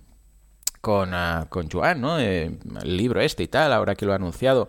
Speaker 2: con, uh, con Joan, ¿no? Eh, el libro este y tal, ahora que lo ha anunciado.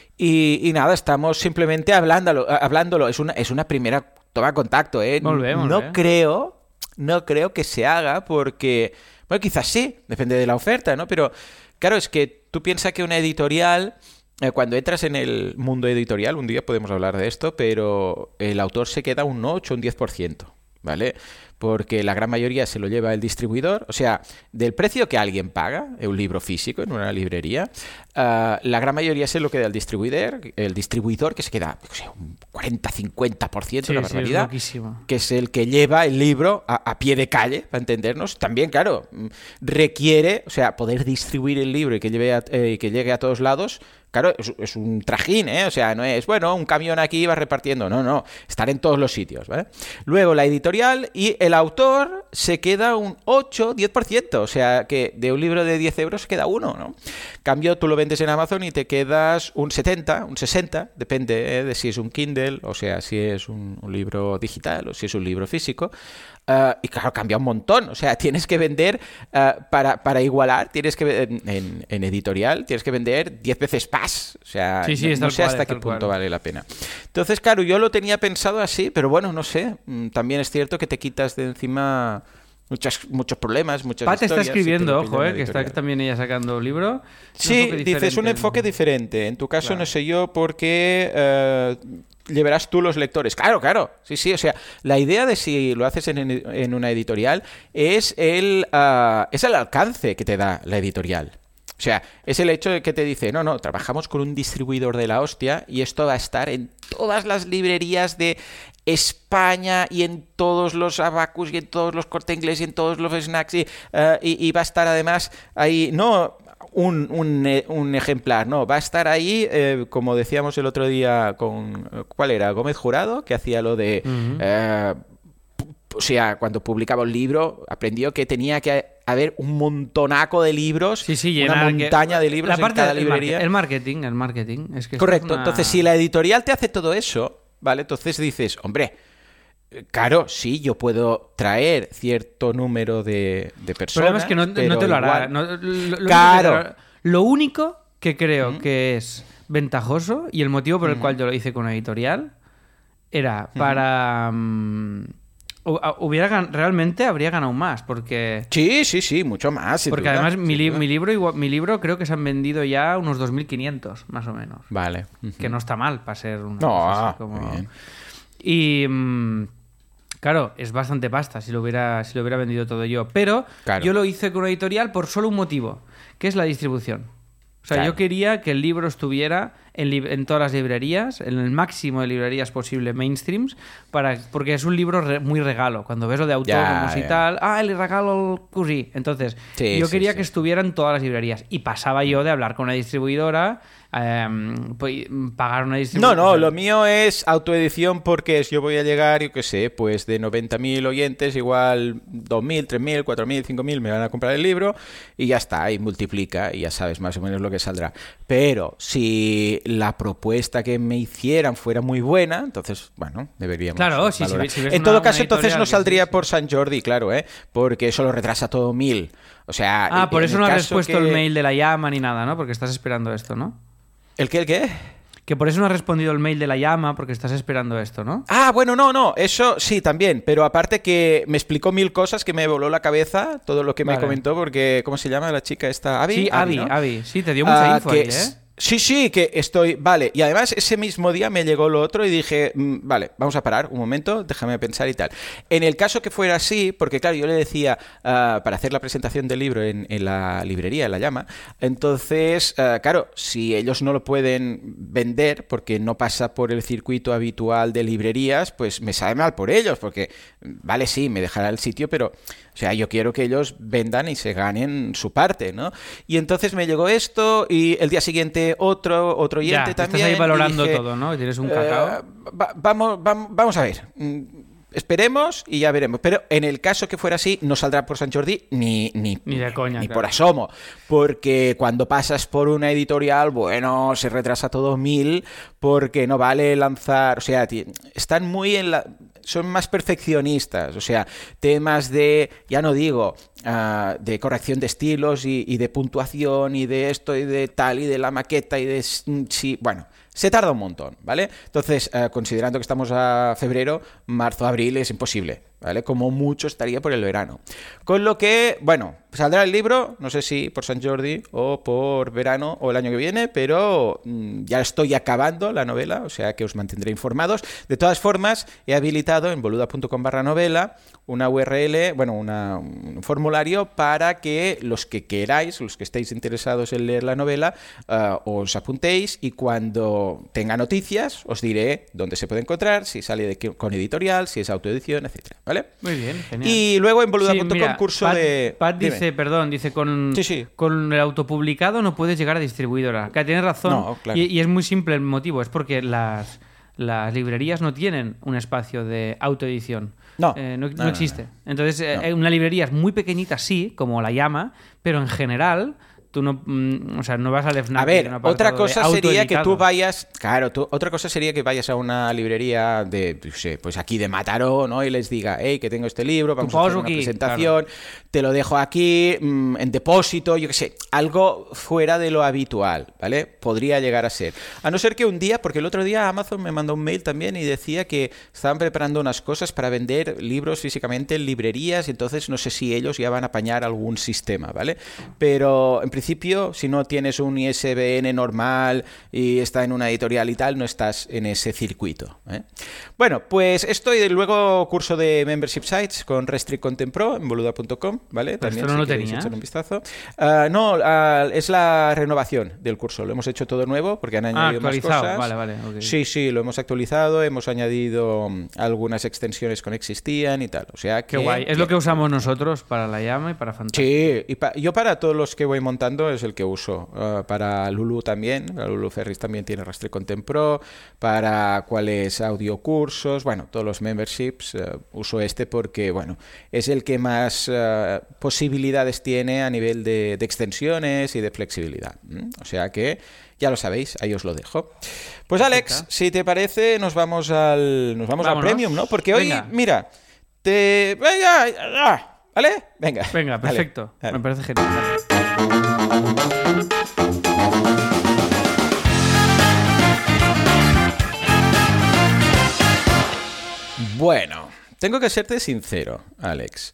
Speaker 2: Y, y nada, estamos simplemente hablándolo. hablándolo. Es una, es una primera toma de contacto, ¿eh?
Speaker 1: Molt bé, molt
Speaker 2: no
Speaker 1: bé.
Speaker 2: creo, no creo que se haga porque, bueno, quizás sí, depende de la oferta, ¿no? Pero claro, es que tú piensas que una editorial... Eh, Cuando entras en el mundo editorial, un día podemos hablar de esto, pero el autor se queda un ocho, un diez por ciento, ¿vale? Porque la gran mayoría se lo lleva el distribuidor. O sea, del precio que alguien paga en un libro físico en una librería, uh, la gran mayoría se lo queda el distribuidor, el distribuidor que se queda, o sea, un cuarenta cincuenta por ciento,
Speaker 1: Sí,
Speaker 2: una
Speaker 1: sí, es
Speaker 2: barbaridad,
Speaker 1: loquísimo.
Speaker 2: que es el que lleva el libro a, a pie de calle, para entendernos. También, claro, requiere, o sea, poder distribuir el libro y que, lleve a, eh, que llegue a todos lados. Claro, es, es un trajín, ¿eh? O sea, no es, bueno, un camión aquí va repartiendo. No, no, estar en todos los sitios, ¿vale? Luego la editorial y el autor se queda un ocho, diez por ciento. O sea, que de un libro de diez euros se queda uno, ¿no? Cambio, tú lo vendes en Amazon y te quedas un setenta, un sesenta, depende, ¿eh? De si es un Kindle, o sea, si es un, un libro digital o si es un libro físico. Uh, y claro, cambia un montón. O sea, tienes que vender uh, para, para igualar, tienes que en, en, en editorial, tienes que vender diez veces más. O sea,
Speaker 1: Sí, sí,
Speaker 2: no,
Speaker 1: es
Speaker 2: no
Speaker 1: tal
Speaker 2: sé
Speaker 1: cual,
Speaker 2: hasta
Speaker 1: es
Speaker 2: qué
Speaker 1: tal
Speaker 2: punto
Speaker 1: cual.
Speaker 2: vale la pena. Entonces, claro, yo lo tenía pensado así, pero bueno, no sé. Mm, También es cierto que te quitas de encima muchas, muchos problemas, muchas
Speaker 1: Pat está
Speaker 2: historias. si te
Speaker 1: escribiendo,
Speaker 2: lo pilla
Speaker 1: ojo,
Speaker 2: una
Speaker 1: eh, que está
Speaker 2: editorial.
Speaker 1: también ella sacando un libro.
Speaker 2: Sí, dices un enfoque diferente. En tu caso
Speaker 1: Claro.
Speaker 2: no sé yo porque eh, llevarás tú los lectores. Claro, claro. Sí, sí. O sea, la idea de si lo haces en, en una editorial es el, uh, es el alcance que te da la editorial. O sea, es el hecho de que te dice, no, no, trabajamos con un distribuidor de la hostia y esto va a estar en todas las librerías de España y en todos los Abacus y en todos los Corte Inglés y en todos los Snacks y, uh, y, y va a estar además ahí, no un, un, un ejemplar, no, va a estar ahí, eh, como decíamos el otro día con, ¿cuál era? Gómez Jurado, que hacía lo de...
Speaker 1: Ujú.
Speaker 2: eh, o sea, cuando publicaba un libro, aprendió que tenía que haber un montonaco de libros,
Speaker 1: Sí, sí,
Speaker 2: una
Speaker 1: llenar,
Speaker 2: montaña
Speaker 1: que-
Speaker 2: de libros
Speaker 1: la
Speaker 2: en
Speaker 1: parte
Speaker 2: cada
Speaker 1: del- el
Speaker 2: librería.
Speaker 1: market- El marketing, el marketing. Es que esto
Speaker 2: Correcto.
Speaker 1: es una-
Speaker 2: Entonces, si la editorial te hace todo eso, ¿vale? Entonces dices, hombre, eh, claro, sí, yo puedo traer cierto número de, de
Speaker 1: El
Speaker 2: personas.
Speaker 1: problema es que no, no
Speaker 2: pero
Speaker 1: te lo hará.
Speaker 2: igual-
Speaker 1: no- lo, lo único que
Speaker 2: Claro.
Speaker 1: te hará- lo único que creo
Speaker 2: Ujú.
Speaker 1: que es ventajoso y el motivo por el
Speaker 2: Ujú.
Speaker 1: cual yo lo hice con una editorial era para... mm, hu- a- hubiera gan- realmente habría ganado más porque...
Speaker 2: Sí, sí, sí, mucho más. sin
Speaker 1: Porque
Speaker 2: duda,
Speaker 1: además
Speaker 2: sin
Speaker 1: mi, li-
Speaker 2: duda.
Speaker 1: mi libro igual- mi libro creo que se han vendido ya unos dos mil quinientos, más o menos.
Speaker 2: Vale.
Speaker 1: Que no está mal para ser una
Speaker 2: No,
Speaker 1: cosa así
Speaker 2: muy
Speaker 1: como...
Speaker 2: bien.
Speaker 1: Y mm, claro, es bastante pasta si lo hubiera si lo hubiera vendido todo yo, pero
Speaker 2: Claro.
Speaker 1: yo lo hice con una editorial por solo un motivo, que es la distribución. O sea,
Speaker 2: Claro.
Speaker 1: yo quería que el libro estuviera en, li- en todas las librerías, en el máximo de librerías posible mainstreams, para, porque es un libro re- muy regalo. Cuando ves lo de autónomos
Speaker 2: Ya,
Speaker 1: y
Speaker 2: ya.
Speaker 1: tal, ah, le regalo el cosí. Entonces,
Speaker 2: Sí,
Speaker 1: yo
Speaker 2: sí,
Speaker 1: quería
Speaker 2: sí.
Speaker 1: que estuviera en todas las librerías. Y pasaba yo de hablar con una distribuidora, eh, pues, pagar una
Speaker 2: No,
Speaker 1: distribuidora.
Speaker 2: no, lo mío es autoedición porque es, yo voy a llegar, yo qué sé, pues de noventa mil oyentes, igual dos mil, tres mil, cuatro mil, cinco mil me van a comprar el libro y ya está, y multiplica y ya sabes más o menos lo que saldrá. Pero si la propuesta que me hicieran fuera muy buena, entonces, bueno, deberíamos
Speaker 1: Claro, sí,
Speaker 2: valorar.
Speaker 1: si, si ves
Speaker 2: En
Speaker 1: una-
Speaker 2: todo
Speaker 1: una
Speaker 2: caso, entonces
Speaker 1: editorial
Speaker 2: no
Speaker 1: que
Speaker 2: saldría
Speaker 1: sí, sí.
Speaker 2: por San Jordi, claro, ¿eh? Porque eso lo retrasa todo mil. O sea,
Speaker 1: Ah, por
Speaker 2: en
Speaker 1: eso
Speaker 2: el
Speaker 1: no has
Speaker 2: caso
Speaker 1: respuesto
Speaker 2: que-
Speaker 1: el mail de la llama ni nada, ¿no? Porque estás esperando esto, ¿no?
Speaker 2: ¿El qué, el qué?
Speaker 1: Que por eso no has respondido el mail de la llama, porque estás esperando esto, ¿no?
Speaker 2: Ah, bueno, no, no, eso sí, también, pero aparte que me explicó mil cosas que me voló la cabeza, todo lo que me
Speaker 1: Vale.
Speaker 2: comentó, porque, ¿cómo se llama la chica esta? ¿Abby?
Speaker 1: Sí, Avi,
Speaker 2: ¿no?
Speaker 1: Avi. Sí, te dio mucha
Speaker 2: Ah,
Speaker 1: info
Speaker 2: que
Speaker 1: ahí, ¿eh?
Speaker 2: s- Sí, sí, que estoy... Vale, y además ese mismo día me llegó lo otro y dije, mm, vale, vamos a parar un momento, déjame pensar y tal. En el caso que fuera así, porque claro, yo le decía, ah, para hacer la presentación del libro en, en la librería, en La Llama, entonces, ah, claro, si ellos no lo pueden vender porque no pasa por el circuito habitual de librerías, pues me sabe mal por ellos, porque, vale, sí, me dejará el sitio, pero... O sea, yo quiero que ellos vendan y se ganen su parte, ¿no? Y entonces me llegó esto y el día siguiente otro, otro
Speaker 1: Ya,
Speaker 2: oyente
Speaker 1: estás
Speaker 2: también.
Speaker 1: ahí
Speaker 2: y
Speaker 1: valorando
Speaker 2: dije,
Speaker 1: todo, ¿no? Tienes un
Speaker 2: eh,
Speaker 1: cacao.
Speaker 2: va- vamos, vamos, vamos a ver. Mm, Esperemos y ya veremos. Pero en el caso que fuera así, no saldrá por San Jordi ni, ni,
Speaker 1: Ni de coña,
Speaker 2: ni
Speaker 1: claro.
Speaker 2: por asomo. Porque cuando pasas por una editorial, bueno, se retrasa todo mil porque no vale lanzar... O sea, ti- están muy en la... Son más perfeccionistas, o sea, temas de, ya no digo, uh, de corrección de estilos y, y de puntuación y de esto y de tal y de la maqueta y de... Sí, bueno, se tarda un montón, ¿vale? Entonces, uh, considerando que estamos a febrero, marzo, abril es imposible, ¿vale? Como mucho estaría por el verano. Con lo que, bueno, saldrá el libro, no sé si por San Jordi o por verano o el año que viene, pero mmm, ya estoy acabando la novela, o sea que os mantendré informados. De todas formas, he habilitado en boluda.com barra novela una U R L, bueno, una, un formulario para que los que queráis, los que estéis interesados en leer la novela, uh, os apuntéis y cuando tenga noticias os diré dónde se puede encontrar, si sale de, con editorial, si es autoedición, etcétera, ¿vale?
Speaker 1: Muy bien, genial.
Speaker 2: Y luego en boluda
Speaker 1: Sí,
Speaker 2: punto com
Speaker 1: mira,
Speaker 2: curso
Speaker 1: Pat,
Speaker 2: de...
Speaker 1: Pat
Speaker 2: Dime.
Speaker 1: dice, perdón, dice, con,
Speaker 2: Sí, sí.
Speaker 1: con el autopublicado no puedes llegar a distribuidora. Que tienes razón.
Speaker 2: No, claro.
Speaker 1: y, y es muy simple el motivo, es porque las, las librerías no tienen un espacio de autoedición.
Speaker 2: No.
Speaker 1: Eh, no,
Speaker 2: No,
Speaker 1: no
Speaker 2: no,
Speaker 1: existe.
Speaker 2: no.
Speaker 1: Entonces, eh,
Speaker 2: No.
Speaker 1: una librería es muy pequeñita, sí, como La Llama, pero en general... Tú no, mm, o sea, no vas al FNAC.
Speaker 2: A
Speaker 1: y
Speaker 2: ver,
Speaker 1: tiene un apartado
Speaker 2: otra
Speaker 1: de
Speaker 2: cosa sería que tú
Speaker 1: autoeditado.
Speaker 2: vayas, claro, tú, otra cosa sería que vayas a una librería de, no sé, pues aquí de Mataró, ¿no? Y les diga, hey, que tengo este libro, vamos a hacer
Speaker 1: poso
Speaker 2: una
Speaker 1: aquí,
Speaker 2: presentación, te lo dejo aquí, mmm, en depósito, yo qué sé, algo fuera de lo habitual, ¿vale? Podría llegar a ser. A no ser que un día, porque el otro día Amazon me mandó un mail también y decía que estaban preparando unas cosas para vender libros físicamente en librerías, y entonces no sé si ellos ya van a apañar algún sistema, ¿vale? Pero en principio, si no tienes un I S B N normal y está en una editorial y tal, no estás en ese circuito, ¿eh? Bueno, pues estoy y luego curso de Membership Sites con Restrict Content Pro en boluda punto com, ¿vale?
Speaker 1: Pero
Speaker 2: También
Speaker 1: esto no
Speaker 2: si
Speaker 1: lo
Speaker 2: queréis
Speaker 1: tenía.
Speaker 2: echar un vistazo. Uh, no, uh, es la renovación del curso. Lo hemos hecho todo nuevo porque han
Speaker 1: Ah,
Speaker 2: añadido más
Speaker 1: actualizado.
Speaker 2: cosas.
Speaker 1: Vale, vale. ok.
Speaker 2: Sí, sí, lo hemos actualizado, hemos añadido um, algunas extensiones que no existían y tal. O sea que...
Speaker 1: Qué guay. Es lo que usamos nosotros para La Llama y para Fantasma.
Speaker 2: Sí, y pa- yo para todos los que voy montando es el que uso. Uh, para Lulu también, la Lulu Ferris también tiene Restrict Content Pro, para cuáles audiocursos, bueno, todos los memberships, uh, uso este porque, bueno, es el que más uh, posibilidades tiene a nivel de, de extensiones y de flexibilidad. ¿Mm? O sea que, ya lo sabéis, ahí os lo dejo. Pues Alex,
Speaker 1: Perfecto.
Speaker 2: si te parece, nos vamos al, nos vamos al
Speaker 1: Vámonos.
Speaker 2: Premium, ¿no? Porque hoy,
Speaker 1: Venga.
Speaker 2: mira, te... Venga, ah, ¿vale? Venga.
Speaker 1: Venga,
Speaker 2: Dale,
Speaker 1: perfecto.
Speaker 2: dale.
Speaker 1: Me parece genial. Dale.
Speaker 2: Bueno, tengo que serte sincero, Alex.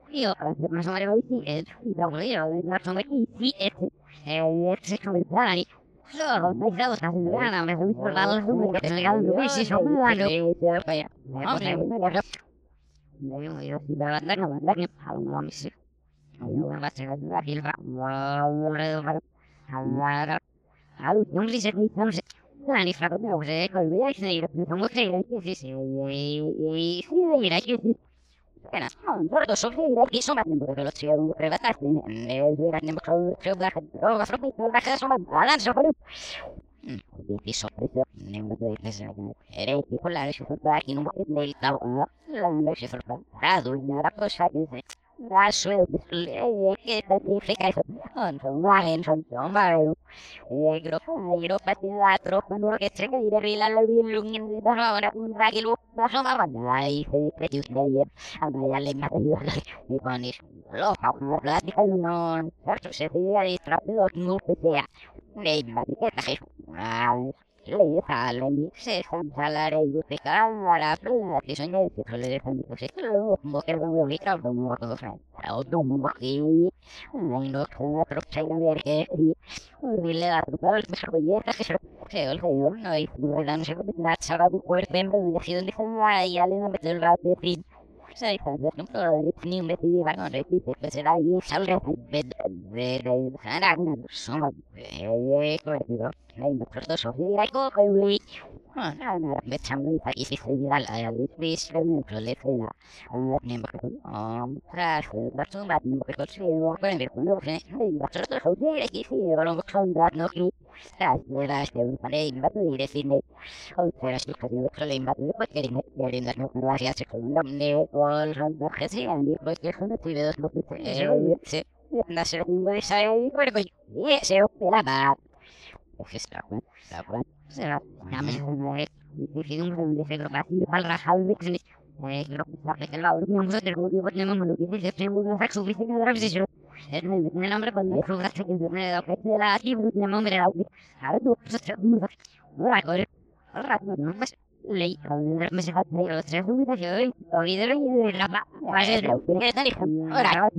Speaker 3: Io ma sono arrivato qui e dopo io la sono qui e e se come dai so mi stavo stando bene ma mi sono parlato su che legale dove si sono andato e poi io io si va andare ma andare allora mi si io va a fare la filma allora allora non si sente non si Dani fra proprio così, col via si non credo che si si si direi che si era non guardo soffrire che insomma tempo che lo sia un privatato e era tempo che da roba proprio da casa ma balancio proprio di sopra non vedo che sia era che quella si fa in un po' del tavolo non si fa rado in una cosa che si la sua che ti frega non so mai non so mai e gruppo io partita troppo non che c'è che dire la lunghi da ora un ragilo ma insomma dai se credi che andai alle mattine mi poni lo fa una pratica non certo se ti hai troppo non sia nei ma che stai lei fa le mie se salare io che camera che sono che le famiglie se lo mo che avevo lì trovo un modo fa o domo che non lo so troppo perché le la troppo il scoglietta che se io io noi non si può nascere un cuore membro di si di mai alle non mettere la per sai non può ni metti di vago ripete per se la io salve vedere sarà insomma e quello lei mi ha fatto soffrire ecco lui ah no mettiamo i paghi si vira la l'ispesso mi prolefera ne ma ah trash da insomma ne ma che così quello quello che mi ha fatto soffrire che si non sono dato qui sai era che un pare in batto dire fine o era sto che mi prole in batto poi che ne ne ne non va a cercare un nome o sono che si andi poi che sono ti vedo dopo e se nasce in voi sai quello che se ho la ba che sta qua sta qua se la chiama di film di fotografia al rahal che e che la non so del motivo che non lo dice se prendo una fax ufficio che deve essere e nel nome quando provo che nella che la tipo nel nome della allora tu ora ora ora non ma lei mi si fa dire tre subito che io ho vedere la ma che dai ora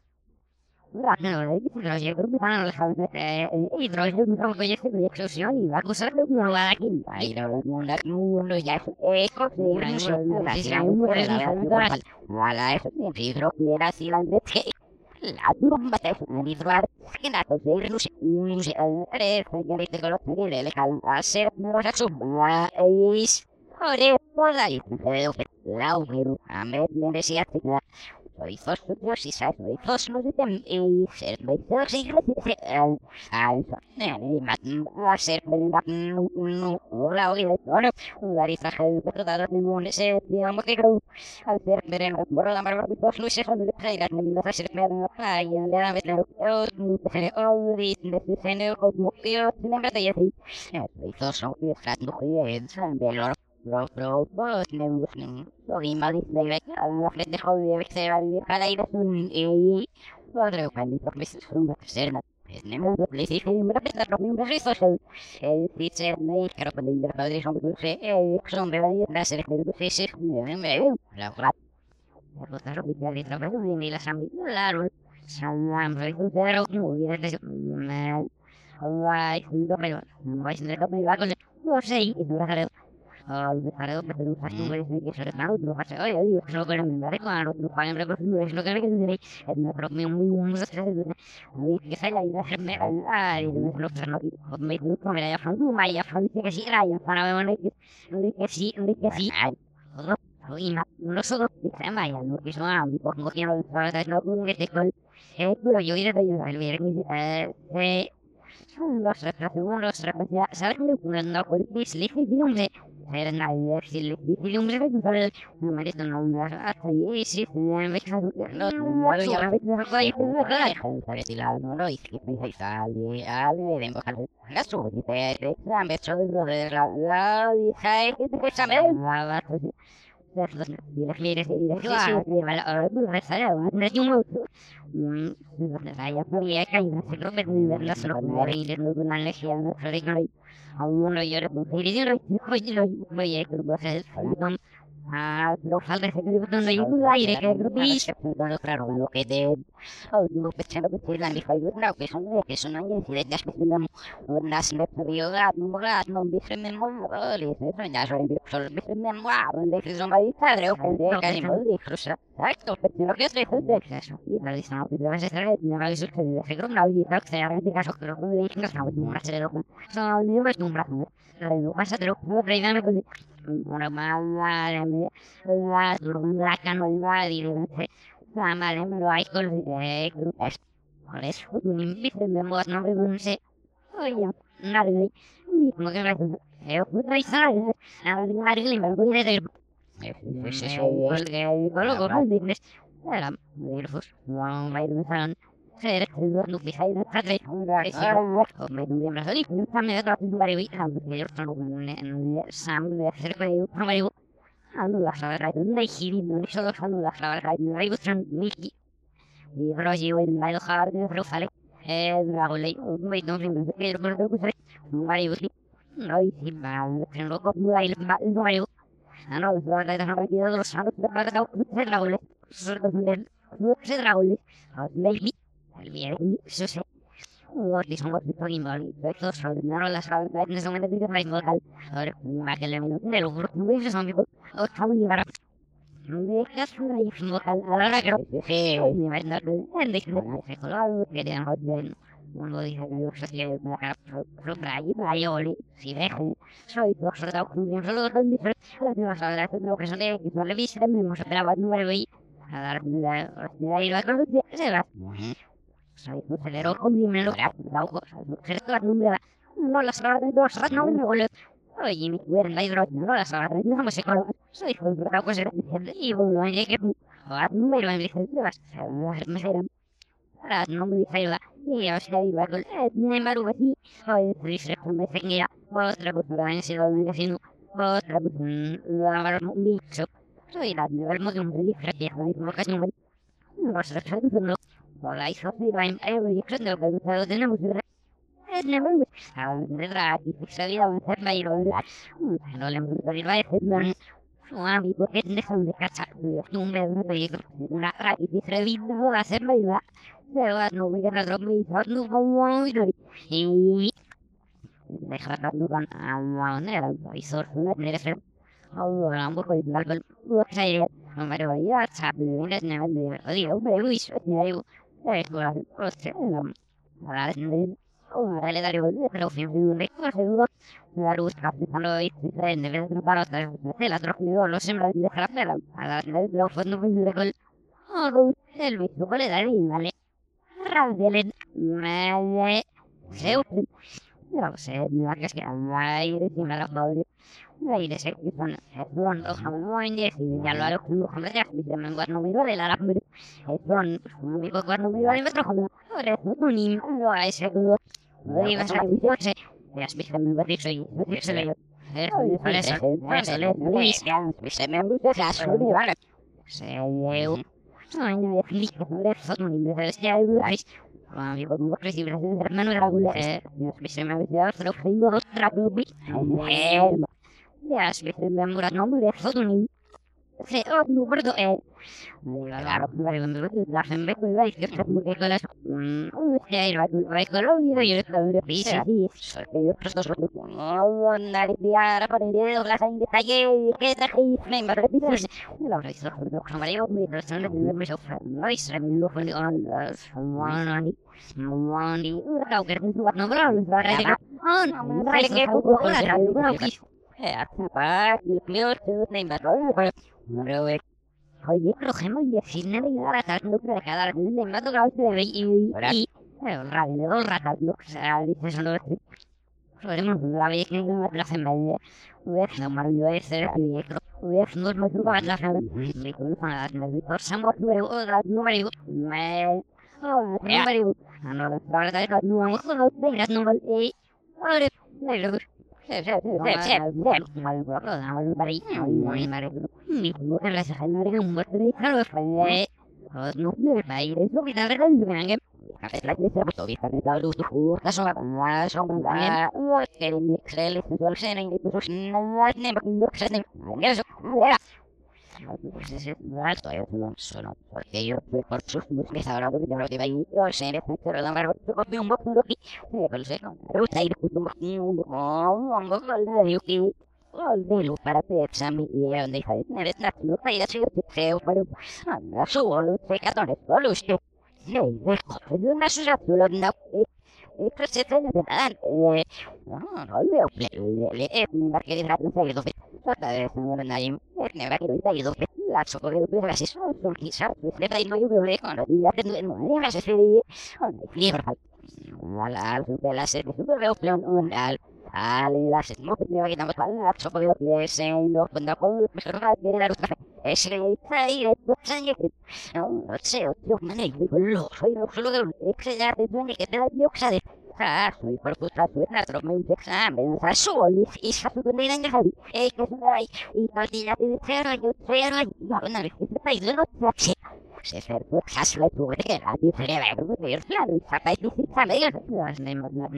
Speaker 3: ora no però io proprio fanno la salute e i drogi non trovo che sia le escursioni ma cosa che non va a chi vai no non da non ya e così non so si sa un po' la voilà eso si troppo era si la che la bomba te di trovare che nato se non si non si è che quello che le calma se non lo faccio ma e ora poi la uvero a me me si attiva i fosse io si sa i fosse non e se mi si si also ne ma la serve ma no ora ora ora la rifaca per dare il mondo se diciamo che al serve ora la marca di fosse lui se sono le prega ne la serve per fai le avete o o di se ne o io ne mi dai i fosse io fatto qui e sempre loro Proprio, ne so rimane alla fredda come se alla ira sun e vorrei quando proprio sono serna ne mo le si mi rappresenta proprio un registro se e si c'è nei che roba di da padre sono così e sono bene da essere che si si ne la la lo sta roba di trabalho e la sambi la Salam però lui è vai dove vai se dopo va con lo sei e al fare per un fatto che sarebbe lo faccio io io sono per me ma quando lo fai per lo che lo che direi è proprio un un che sai la idea per me ah lo fanno come come la fanno ma io fanno che si rai fanno non che si non che si prima non lo so ma io non ci sono ambito come che non fare da con che con e quello io direi che se lo strappato lo strappato sarebbe un quel bisli di un era nai si di un breve per ma detto non a sai sì invece no no io avevo poi fare di là non lo che mi fai sali ali vedendo adesso di te sempre c'ho la di sai che questa me va così di la fine di la fine ma la dura sarà non è un sai a poi è che se lo per la solo morire non la lasciamo fare a uno io ero per dire poi io poi è che lo fa non Ah, lo falta ese grupo donde yo puedo aire que grupo dice, pero claro, lo que de no pensando que te dan dijo, no, que son que son años y de ya me me unas me periodo no morar, no me me muero, le dice, ya soy un solo me me muero, donde que son ahí padre o que casi me dijo, exacto, pero que es de eso. Y la dice, no, pero es de no va a ser que de grupo no y tal, que sea de caso que lo que dije, no sabe cómo hacerlo. No, ni me nombra. No pasa de lo que reina me una mala la la cano iba a decir la madre me lo hay con el por eso un invito me muero no me sé oye nadie mismo que me yo puedo pensar a nadie me lo puede decir es eso porque lo que dices era virus no me dejan ser no pisa y no trate me me me salí no me da un baribita porque yo no no sam de hacer que yo no me anu la sabra no hay giri no solo anu la sabra no hay otro miki y pero yo en la dejar de profile eh dragole me no me pero pero que no baribita no hay si mal que no como ahí no hay ano la verdad no me quedo los sanos de para de dragole se dragole maybe el bien eso se los discos de todo mal estos son no las sabes en ese momento que hay local ahora más que le de los grupos son tipo o estamos ni para de caso no hay local ahora creo sí ni más nada en de que colado que de no uno dice que yo sé que me da propia y vaya oli si ve soy dos soldados con un solo tan diferente las sabes no que son de que no le viste me hemos esperado número y a dar la y la cosa se va soy un celero con dinero la cosa se está número no las sabes dos no me vuelve oye mi cuerpo la hidrógeno no las sabes no me sé cómo soy un la cosa y bueno hay que a número me dice vas me será para no me dice la y yo sé iba con me maru así soy dice me seguía otra cosa en sido de sino otra la un bicho soy la de vermo de un reliquia que no casi no no sé no ولا يصفي بعين أي يكسر لو كانوا تناموا نعمل نزرع في السرير ونسمع يلون إحنا لما نقول ما يسمع وعم يبغى نفهم ذكرت نوم بس بيجر نقرأ في السرير ولا سمع يلا سواء نوم بيجر نضرب ميثاق نوم هو يدري إيه نخرج نوم عن نلا يصير نرفع أو عم بقول نلبل وكسير ما روايات صعب من نعمل هذه أو بيويش نعيو eh bueno pues la le daré pero fin un recuerdo la luz capitano y en vez de para de la troca lo sembra de la a la de fondo de gol oh el mismo le daré vale radelen me se no sé la que es que hay de cima la madre ahí de ser que son son los jamones y ya lo haré con los jamones ya me guardo mi vale la son mi guardo mi vale metro jamones ahora no ni lo a ese lo voy a salir yo sé ya se me va a decir yo se le por eso por eso le Luis se me gusta caso de vale se yo soy de flick de foto ni de ya a mi como recibir de hermano Dragula eh se me va a pero tengo otra grupo eh ya se me va a no me foto ni se o no gordo eh claro la gente que va a ir que muy que las ya ir va a con lo y yo le pisa sí yo presto no andar diara para ir de la gente detalle que te me va a repetir la resto no Mario me persona de me sofa no es me lo fue on one one no que no bro para ah no para que no eh apa el peor te me va no oye, cogemos y así no me da la tarde de cada me mato la de y y el radio de dos ratas, o sea, dice eso no es. Podemos la vez que no me hace mal. Ves, no mal yo ese y otro. Ves, no me truca la cara. Me culpa la de por sambo pero no me digo. Me oh, no me digo. No, la verdad es que no vamos a ver, no vale. Ahora, no lo se se se se mal por lo bari muy mal mi mujer la saca no era un buen de claro fue no me va a ir eso que la verdad es que la que se puso vista de la luz tu la son la son la que el excel es el seno y pues no no no eso era pues es alto, yo no solo, porque yo por sus músicas ahora lo que tengo que ir, yo sé, me pero la verdad, yo copio un poco lo que, pero sé, no, pero está ahí, un poco, un poco, un poco, yo que, olvido para pensar mi idea donde hija de tener esta no caída si yo te pero anda subo los pecadores por usted sí dejo de una asociación no esto se trata de dar eh no no veo le le me va a querer dar un seguido trata de no no nadie me va a querer dar dos la socorro de las eso son quizás le va a ir no yo le con la vida de no no se serie libro la la super la serie super veo plan un al al las no me va a quitar para socorro de ese no cuando con mejor va a querer dar otra ese ahí no sé no no sé yo me digo lo soy no solo de que ya te tengo que te da yo que ah, soy por puta suena, trome un examen, o sea, solo y se fue con el año y que se va y partida de cero y cero y no, no, se país de los se se fue casi la tuve que era diferente, pero claro, y saca y se sabe, las nemos, no, no,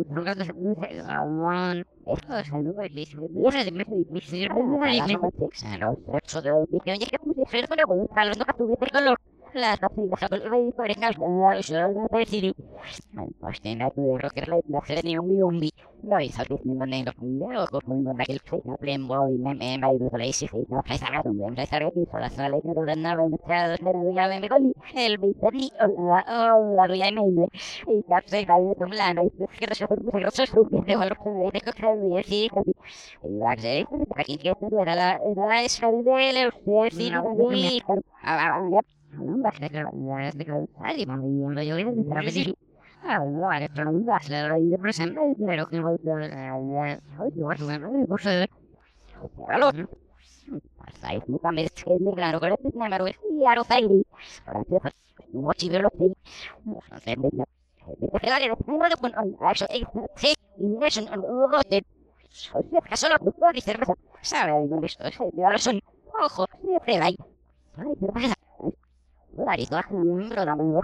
Speaker 3: no, esto es algo que dice, no sé, me dice, claro, eso de opinión, y que puse ser para preguntar los que tuve de color. La tapitas por el por el canal, yo no decidí. Pues tenía que recoger la serie de un biombi. No hizo que mi manera primero como mi manera que el fake plembo y me me me lo hice y no fue sagrado, me fue sagrado y solo sale que lo ganaba un teatro de la ya me coli. El bitani la la ría me y capse la de un lano y que se por se grosso truque de valor de que se me sí y va a ser aquí que era la la esa de el sí no non basta che la sai ma non voglio vedere tra vedi ah no vale però non basta la di presente però che volta oggi guardo una cosa allora sai mu cambia che ne claro che ne maro e aro fai ora che non mo ci vedo qui non sai ne per la che non lo con adesso e se in nation non lo te solo tu puoi cerveza sabe non visto io sono ojo se vai vai cerveza Dari to un programa mejor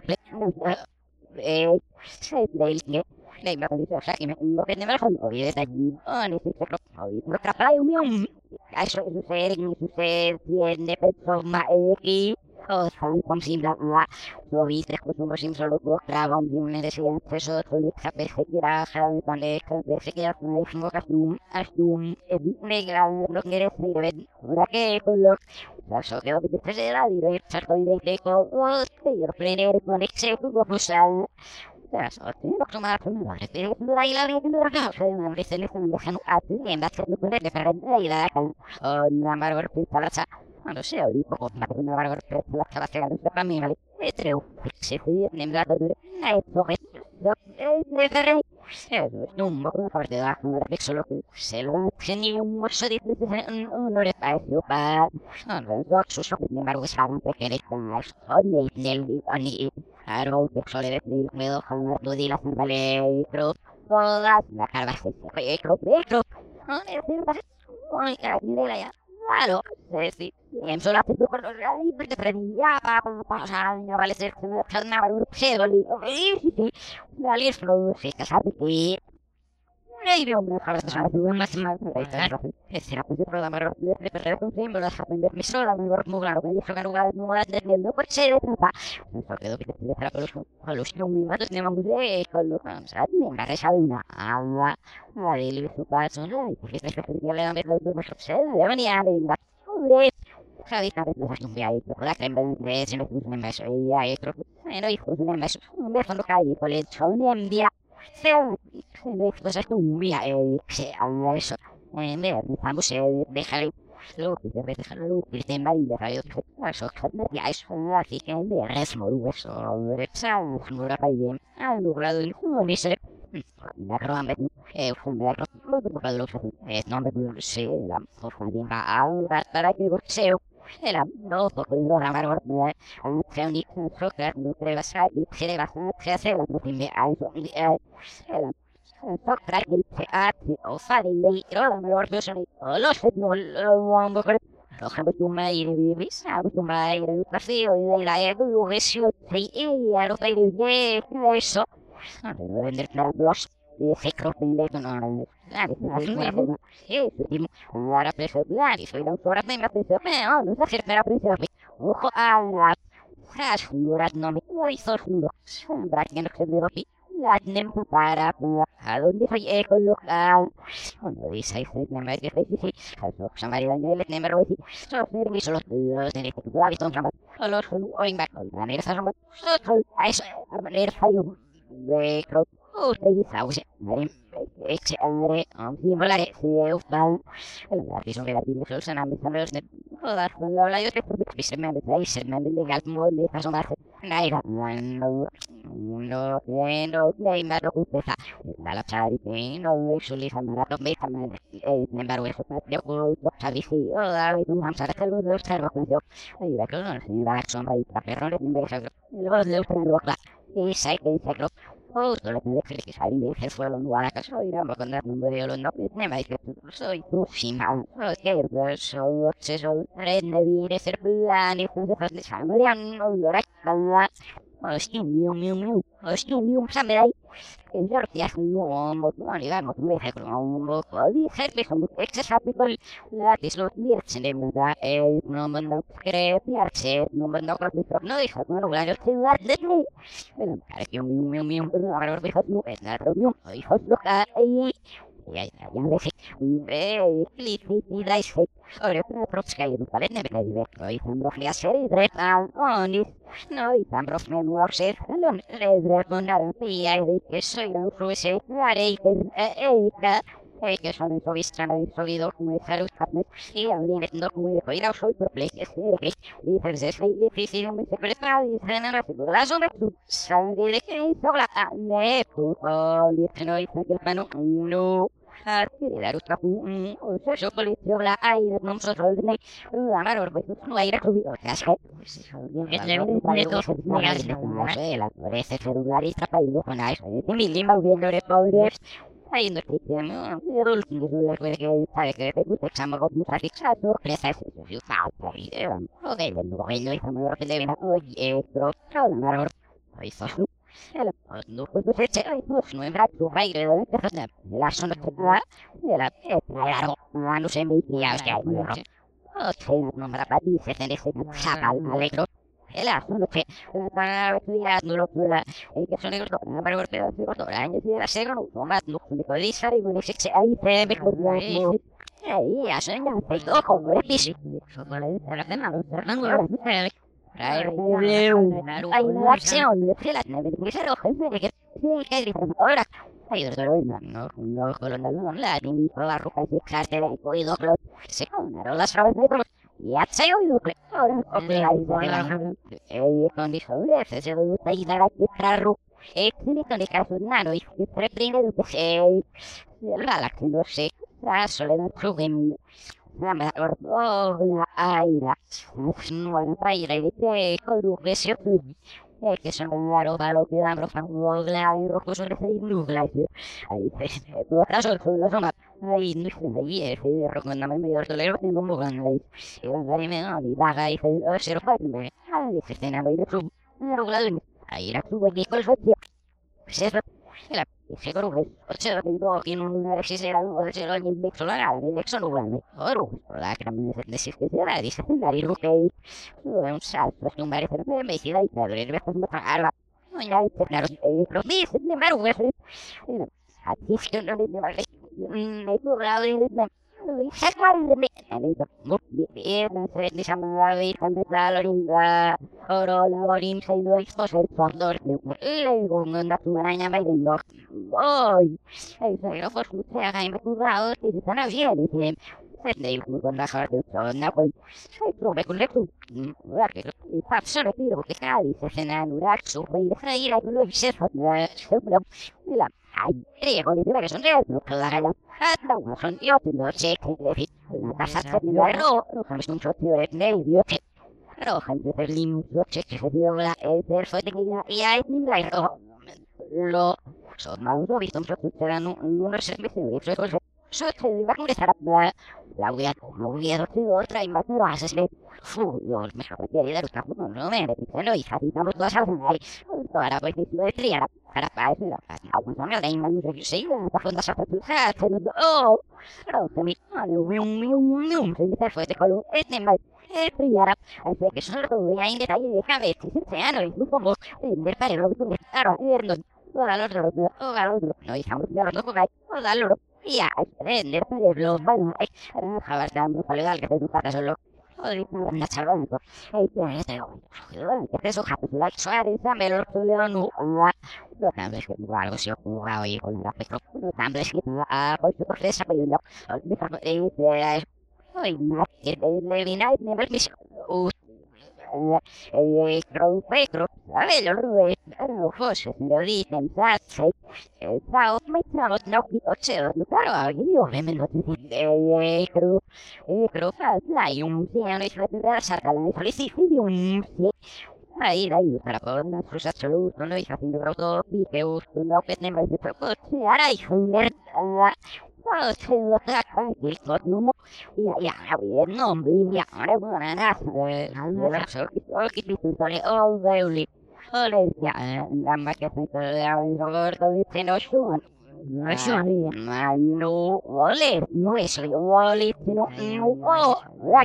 Speaker 3: eh se del que lei ma dice sai che mi prende male con ovvio da oh ne si però ovvio lo caprai un mio adesso se su se tiene penso ma e chi oh sai come si bla bla so viste questo sim solo può trava un di nell'esistenza sotto le capesse che era con le capesse che era un castum astum e negra lo che era si vede ora che quello la so che ho visto stasera di dire certo di dico oh io prendere con il seguo posal la so che non so ma non va che dai la vedo da casa non mi se ne sono messo a te e basta non potete fare dai la oh una barbar pizza sa non so io dico ma una barbar pizza la sala che per me vale e tre se ti ne vado a dire e so che ne farei non mo come fare da una solo che se lo tieni un mosso di non è più pa non so so che mi maro sa perché le sono nel anni aro che sole del vedo con lo di la vale però la la carva se e pro pro non è per non è dire ya claro sí sí en solo hace tu con los radios te prendía para pasar a vale ser una barba pero sí sí la listo sí que sabe que Ei, meu, meu, fala essa coisa, mas mas esse era coisa para dar de perder com tempo, lá sabe ver missão, lá no work muglar, quando jogar lugar no lado de dentro, pode ser de trapa. Só que do que te será pelos pelos que me mato, nem vamos ver, colo, sabe, me vai sabe uma água, lá ele o passo, né? Porque se ele leva ver do meu sucesso, é mania, ainda. Olha, sabe, sabe, não faz um viagem, para que me desse me me mais aí, aí, não hijo, não mais, me quando cai, colete, só nem dia. Se se cosa tu mia e se adesso e me vamos a dejar lo que debe dejar lo que te va a dejar yo eso que me ya eso así que me resmo eso esa no la paide al logrado el ni se la croma e fue me lo que para lo que no me sé la forma ahora para que se era no porque lo grabaron un feuni soccer no creo sai se le va a hacer la prima algo era soccer il teatro o fare dei roba me lo ricordo lo se no lo lo che tu mai vivi sa tu mai il caffè e la e lo che si e ero per il che questo non devo vendere la blog ese cropping no, ahora preso, y soy la autora de mi atención, no, no es hacer la atención, ojo a la Has lurat no me hizo solo, que no se debe la nem para a dónde soy eco local. Uno dice, me me que sí, eso somebody en el number hoy. So servicio los los de la visión sama. Los going back. La manera sama. So eso, la manera fallo. De creo. Oh, te dice, oye, eche hambre, si volare, si ufal. La visión relativa solo se han visto los de todas la yo te pise me me se me legal mo de esa zona. Naira, no no no nei ma do pesa. La la chari no suli samara to me samara. Eh, ne baro eso pa de ko sabi si. Oh, ai tu ham sara que lo observo con yo. Ai va que no se va son vai para perro ne me sa. El voz de observo claro. Y sai que se creo. Oh, solo te dejes que saben de que fue lo nuevo que soy, no me contar no me dio lo no, me va que soy tu fima. Oh, que eso, eso, red de vivir ser plan y cosas de sangre, no lo recuerda. Hostia, mío, mío, mío. Hostia, mío, sabe que yo ya no, no, digamos, me deje con un poco de ser como exasápico la dislo diez de verdad, eh, no me no cree piarse, no me no creo no deja con lo que ciudad de mí. Pero para que mío, mío, mío, ahora me no es nada, mío, hijos loca y ya ya ves, eh, felicidad es ahora para prosca y no vale nada de ver, hoy estamos a hacer y drepa, onis. No, y tan profundo no ser, no le dragonar pia de que soy un ruese, haré que eh eh que son eso vista no sólido como salud carne y alguien no como de ir a soy problema que que dice es difícil me se prepara y se no la la sobre tu sangre de que sola ne por dice no dice que el mano no Dar otra o sea, yo colección la aire, no se olvide, la mano, pues no aire subido, o sea, es de un neto, no sé, la parece celular y trapaído con eso, mi lima viendo de pobres. Ahí no te llamo, el último que que sabe que te gusta examen con mucha fixa, sorpresa, eso yo falta, y o de no ello y como lo que deben, oye, pero todo la mano, ahí está. El no puedo ser ay pues no entra tu baile de que la zona que va la largo no se me ya es que hay no o no me la dice en ese saca alegro el asunto que para estudiar no lo la que son negros para ver pedazo de cortora años y la segro no más no me puede decir y me dice ahí se me corta ahí ya se me pegó como el piso eso para la cena no se hay una acción de la nave de ser jefe de que que dice ahora hay otro no no no colonel la ni la roca de cárcel y coido se conaron las ramas de ya se oído ahora eh con dijo de se de ahí dar que carro eh tiene que le caso nada y que preprende de que la la que no sé la soledad suben Nada, oh, la aira, no la aira y te jodu que se es que son raro para lo que dan profano la y rojo sobre el nubla ahí se tu atraso los son ahí no se ve es de rojo no me dio el lero tengo un gan ahí y la me no y vaga y se cero me ahí se están ahí de su ahí la tuve que con se la se creo que se lo que no existe la luz se lo ni me solar de eso no grande oro la que me dice que se da dice la y que un salto es un barrio me me dice ahí pero el resto no para no ya claro lo dice de maru aquí es que no le vale me cobra de se cuál de me no bien se dice a ver cuando está la linda oro la orin se lo hizo el fondo le con una tumaña me dijo voy ahí se lo fue se haga me cobra y se está bien dice se le dijo con la cara de zona pues se probé con le tú la que y pasó le tiro que cada dice se na nuraxo y freír a lo se fue la ay riego de que son real no claro hasta una son yo no sé que la casa se me barro no es un chotío de medio que roja entre el limbo che que se dio la el fue de que y hay ni la rojo lo son más lo visto un chotío era no no sé me se eso eso se iba a estar la voy a no voy a decir otra y más no haces le fu yo me lo quería dar otra no no me dice no hija y estamos todas ahí ahora pues no de triar para para la agua no me da más no sé la fonda sa tu ha oh no se mi no mi mi mi se mi fue de color este mai e priara e che sono dove hai in dettaglio di cavetti se hanno il lupo mo del pare lo con caro erno ora loro ora loro noi siamo loro dopo vai ora loro ya prendere per lo vanno e a dando quale alga che tu fai solo ora una chaval e te che te so capo la suare sempre lo leono lo cambia che guardo se ho guardo con la petro lo cambia che a poi tutto resta poi no mi fa e poi ma che le vinai ne per mi e creo creo sabe lo rué no forse lo dite in piazza e ciao mi trovo no qui o c'è no caro io me lo e creo e creo dai un piano di fare sarà la felicità di un Ahí, ahí, para poder una cosa absoluta, no hay haciendo auto, y que uso, no que tenga que preocuparse, ahora hay un nerd, no se lo saca, y el no, y ya, bien, no, y ya, ahora bueno, nada, eh, ahora soy, soy que tú sale, oh, veo, ole, ya, la más que se te da un gordo, dice, no, son. No es no, ole, no es ole, no, no, la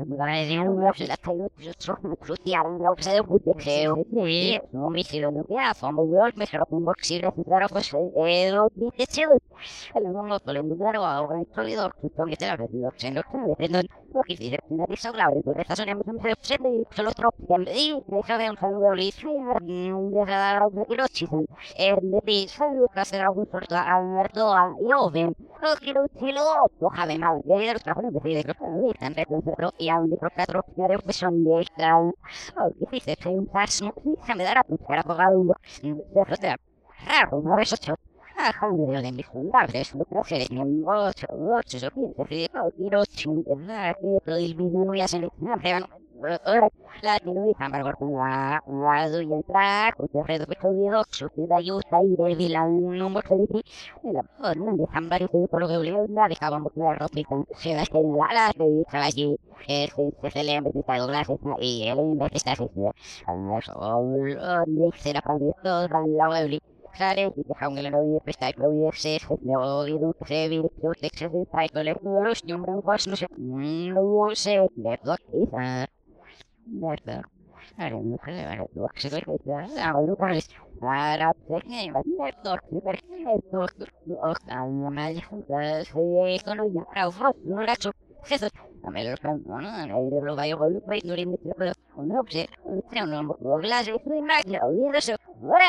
Speaker 3: la tengo crucial, no sé, sí, no me hicieron lo que hago, me voy a mejor con boxir, pero pues, eh, no, viste, chido, el mundo, por el lugar, o ahora, el solidor, tú que te la ves, no sé, no sé, no, no, que si se tiene que salvar, porque esta son hemos empezado a solo troppo, y deja de un saludo, y deja de un saludo, en de salud, que hacer algún sorto, Alberto, io ven, lo che lo ti lo to have mal, che lo sta facendo vedere che sta sempre e ha un microfono che è un sonno di oh che si sei un passo si sa me darà tutto era per lungo se fate raro ma adesso c'ho ah come devo mi sollevare adesso lo che se ne voce voce so che se di rocci che il video non è sempre ora la di lui sembra qualcosa vado in entrare con il freddo per il doccio ti aiuta a ir via non posso di e la non mi sembra che quello che volevo andare cavolo con la roba se la che la la che stava lì e se se le mette sta la e le mette sta se adesso non se la fa tutto dalla lì Sare che fa un grano per stai per vedere se ne ho veduto se vi tutte se stai con le lo stiamo un po' non se non se ne do che merda allora non credo do che se che ah non capisco ma perché ma merda perché merda oh ma se sono io però non la so se a me lo fanno no lo vai a volere poi non rimetti però non se se non lo glace di magna io adesso ora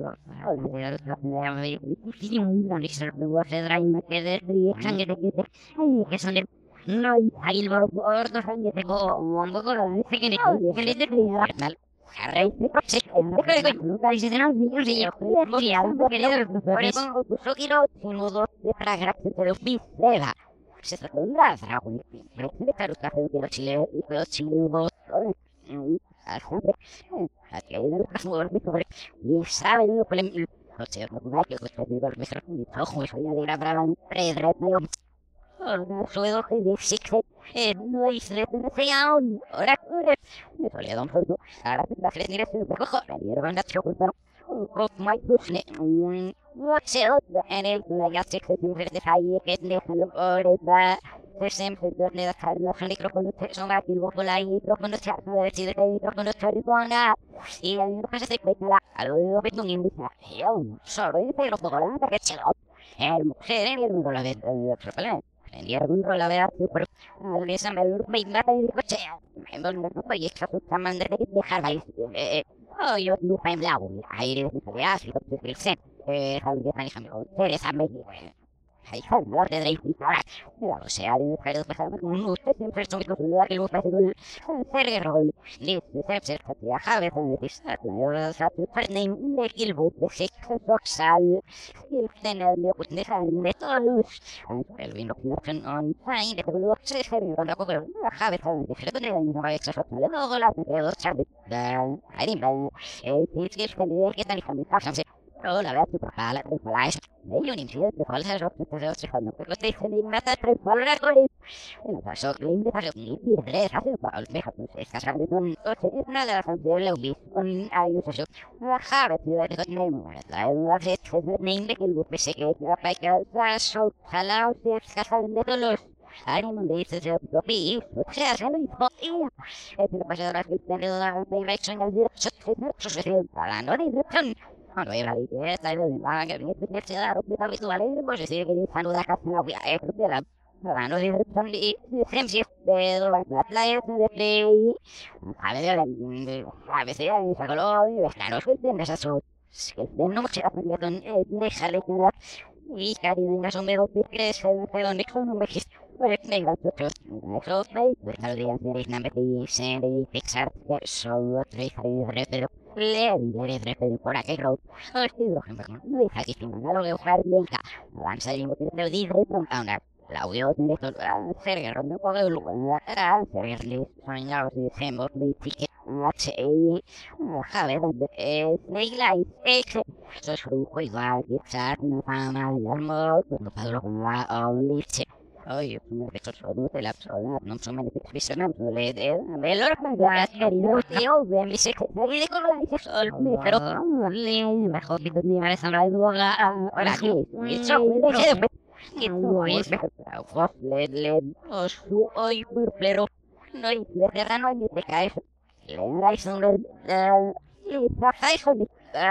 Speaker 3: non serve vedrai ma che dentro sangue di che sono noi il loro bordo sangue di un po' che che che le devi mal Arrei, se che Luca dice non io sì io sì algo che le por eso so che lo modo de para grazie te lo piseva se sta con la fra un le caro café che lo chile e lo chile uno sempre a che le caso mi por y sabe lo que no sé no como que pues te digo el mejor ni ojo eso ya de grabar un predre medio ora suedo che dice che e noi se ne siamo ora ora ne solía don Fruto ahora la creen dire se cojo y era una chocolate o mai busne un what's it and it la se che sempre de fai che ne lo ore ba se sempre torne da fare la microfono insomma il vocola il microfono c'è da decidere che il microfono c'è di buona e non cosa se qui la allora vedo un indice io solo il pelo vocola che ce l'ho e se ne non la vedo proprio Prendere un rolla verso per le sembra il bimba di coche. Non poi è stato mandare di dejar eh oh io non fai blau. Hai le italiane per il sen. Eh salve tani cambio. Se sa me. Hai fa la de dei ora. Lo se ha di fare per un notte sempre sto con la che lo fa del ferro. Lì se cerca di avere un disat. Io sa più per nei il voto se sal il tenere le putne ne todos. El vino que non fai de lo se se ronda con la cabeza de freddo non va a essere fatto le dogo la de lo sabe. Da ai bel e ti che che tani cambio. Rola vet trufala trufala is. Meio nem precisa trufala se joga se joga se joga. Porque você tem que matar trufala na cor. Ela tá só limpa tá jogando e dre hace para me ha pues está saliendo un coche nada de lo vi. Un ay yo sé. Bajar de de name. La la se name de que el grupo se que va para que so jalao se casa de todos los ánimos de ese propio. O sea, se lo hizo. Es lo pasa ahora que tiene la dirección de dirección. Hablando de dirección. Quando era lì, eh, stai vedendo, ma che mi piace la roba visuale, poi si vede che fanno da casa la via, è proprio la vanno di lì, sempre bello, la playa de play, a vedere, a vedere, sa colori, stanno scrivendo esa so, che non c'è da perché non è deixale che la i cari venga sono meno più cresce, però ne sono me che poi venga tutto, ecco, dai, per dire che non mi sente di Pixar, che sono tre tre tre le le tre per ora che roba oggi dovremmo noi fatti prima lo che fare mica avanza di molto devo dire pronta una l'audio di detto serie roba un po' che lu era serie lì sognavo di sembra di ticket c'è jave e nei live e so su quei vari chat na fama almo quando parlo con la olizia oh, io mi metto solo la sola, non so mai che visto non le e allora magari io mi se che mi dico la solo però lì mi ho visto di avere sembra due ora che mi so che che vuoi le le o su oi per plero noi le terrano di te cae le rai sono le fai sono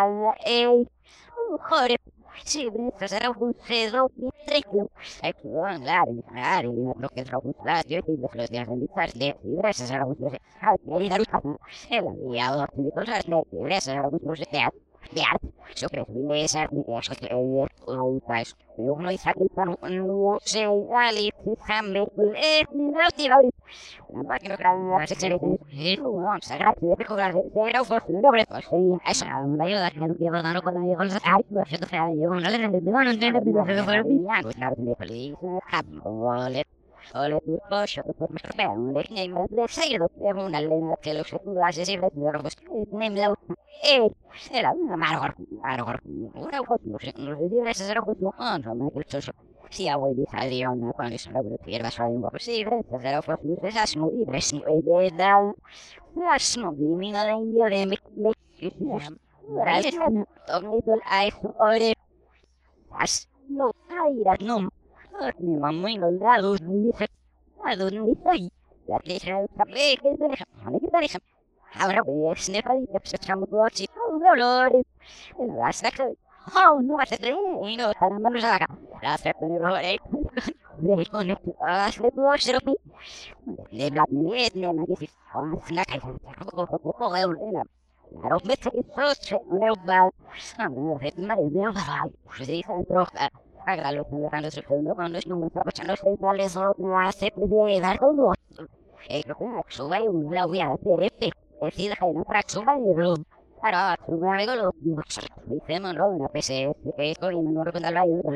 Speaker 3: e ora sì, sarà un fredo di triclo. Ecco, magari, magari, non che troppo strati, io ti vedo di andare di farle, si sarà un fredo. Ah, mi da ruta. E la via, ho di cosa smetti, adesso sarà un fredo di art. So preso di mesa, di esco che o faz. Io non sa che il pano non sei ali, si fammi e non ti va. La macchina che si sente, e non sa grazie per cosa era forse non dovrebbe essere. Adesso ma io da che non devo dare con la cosa sai, faccio fare io non le devo non devo bisogno fare bianco, stare di quelli. Vuole Ole tu poscio per me per un ne me sei dopo una allena che lo se tu la se si vede lo ne me e era una mano mano ora non si deve essere questo insomma che c'è sia vuoi di Salion quando sono per firma sai un po' così sarà forse se sa sono i pressi e da la sono di mina da indio de me ora è tornato ai ore as no ai no mi mamma non la lo dice ma non dice la dice sapere che non è che dice ora beh se fa di che facciamo oggi dolore e la basta che oh no va a essere no sarà ma non sarà la step per ore le con a se può essere qui le blatne ne ma che si fa una che oh è una la roba che fosse non è un bel ma devo fare così troppo Agradalo que me rando sucedendo cuando no me está pasando seis vales o no hace de dar todo. Eh, creo que sube un la voy a hacer este. Es decir, que no para sube y lo ahora sube algo lo dice no no una P C que estoy en no recuerdo la idea.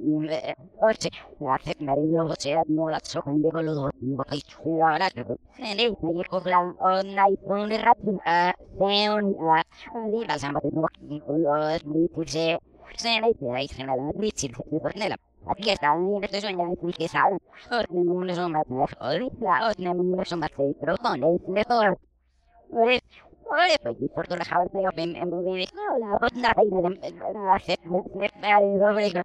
Speaker 3: Oye, hace marido lo sea no la soca en vego lo dos. Pero ahora que ne ne con la on iPhone de rato a seon a di la samba de no los ni dice se ne dai se ne dici di tornela perché sta in questo sogno di che sa ora non ne sono mai ora la ora non ne sono mai però con ne ora ora ora poi di porto la casa io ben e mi dico la botna dai la se ne fare roba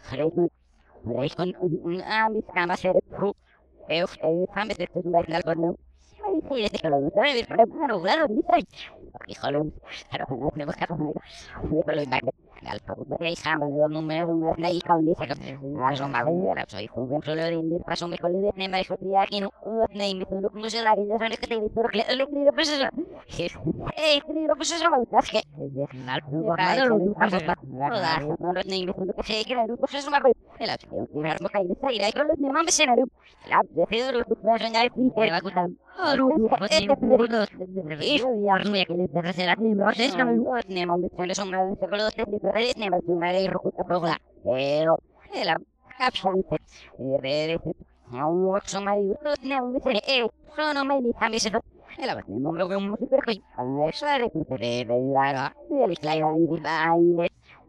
Speaker 3: ora con a mi scamba se fu e e fammi se tu vai dal corno e sì le colo dai per però claro di sai che colo però non ne buscavo mai quello in back al proprio dei scamba del numero nei con dice che la somma era poi fu un solo di passo mi con le ne mai fu di aquí no nei mi sono come se la che sono che devi solo che le dire per se e credo per se sono che al proprio lo dico per non nei mi sono che sei credo per se sono e la che mi armo kai di sai dai con le mamma se ne la vedo lo tu per sognare qui e va guarda e te vedo io ya non è che le per se la non se sono ne mamma se sono se quello stesso ne ma tu mai rotta prova però e la capsante e vedete non so mai ne ho visto e sono mai di cambio se e la ne mamma che un musico qui adesso è per vedere la e li clai di vai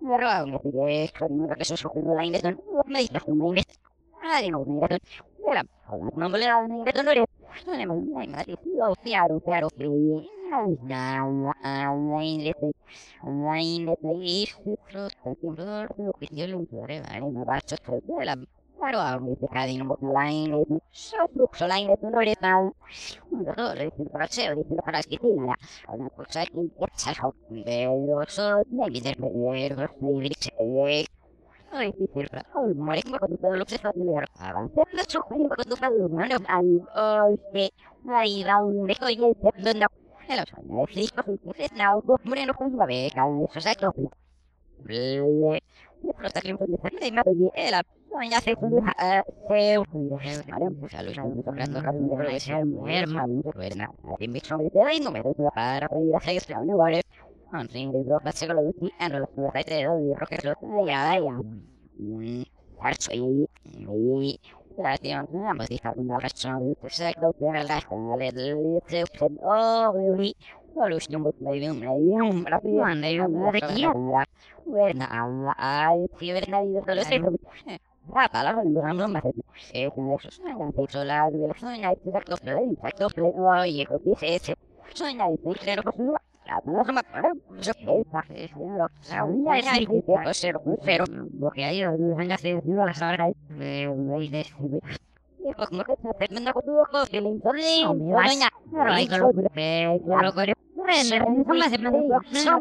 Speaker 3: Pero aún así que es que no que eso es la inversión. Me dices tú me invitas. Ah, no, me invitas. Era, no me le da una inversión, no le. No le mando nada, lo fiaro, fiaro, fiaro. No, no, invitas. No invitas. Fruta, que lo que yo lo encontré, vale, me va a echar de la. Pero aún así que hay un poco la inversión. Solo la inversión no le da. Un dolor, es un paseo, dice para que tiene una cosa que empieza a pero eso debe ser pero debe ser ay difícil para el morir con todo lo que se hace leer avance la sugerir con todo lo humano al que ahí va un dejo y el no el otro es disco es no moreno con su beca eso es lo le prota que me dice me doy el ya se fue a se Mario pues a los logrando rápido de ser mujer mami pues nada y me son de ahí no me doy para pedir a seguir la no vale antes de bro pasé con lo de en relación a este de lo que lo ya ya harto y y la tío vamos a dejar una razón de sexo pero la le le se oh really los no me dio me dio rápido anda yo de aquí bueno ay si ver nadie de los ah, palabra no me no me hace. Eh, eso suena, eso la suena, exacto, exacto, oye, lo que es ese. Suena, pero pues no. La palabra me acuerdo. Yo qué pasa, pero suena, es así, pero pero porque ahí no se hace no las horas de de pues no que se me da con todo que le importa, no me daña. Pero hay que lo que lo que no me hace nada.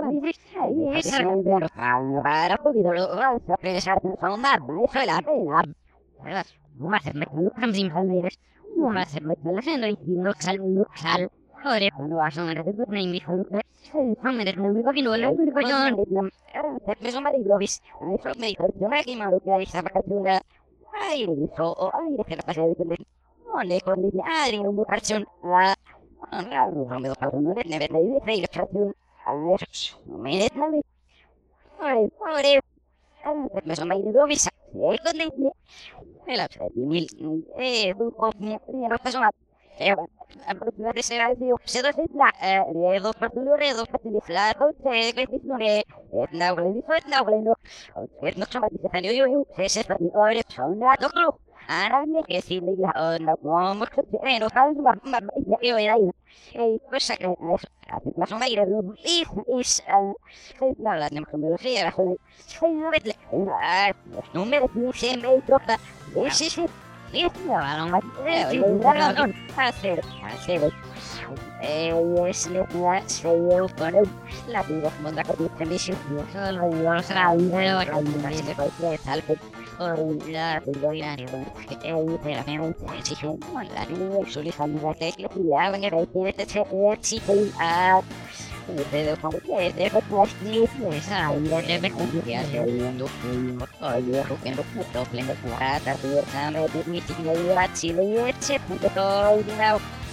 Speaker 3: Para poder lo vas a pensar son más, eso es la pena. No me hace lo que sin palmeras. No me hace lo que la gente no sal no sal. Joder, no vas a ver de ni mi hijo. No me des no me cogi no lo digo yo. Te me me digo vis. Eso me dijo, yo me aquí malo que hay esa vacación. Ay, eso, ay, que la pasé de no le con ay, un bucarchón. No me doy no le debe de ir a a ver, no me des nada. Ay, pobre. Me son medio visa. Eh, con el abse mil eh du con no pasó nada. Eh, a propósito de ser así, se dos la eh dos partidos de dos partidos la dos que que no le no le dijo no le no. Es no chama dice salió yo yo se se ahora son dos club. Ahora me que si le la no como que no sabes más más yo era ahí. Eh, cosa que más o menos y es la la no me lo sé era no me dice me tropa sí sí sí no no no hacer hacer eh es lo que se yo para la vida monda que te me dice solo yo será un pero no me dice que tal la tuya ni eh pero me dice sí la niña solicitando que la van a ver que se sí a pero como que de pues ni esa le me confía el mundo oye que no puedo pleno plata de esa me permite ir a Chile y ese punto todo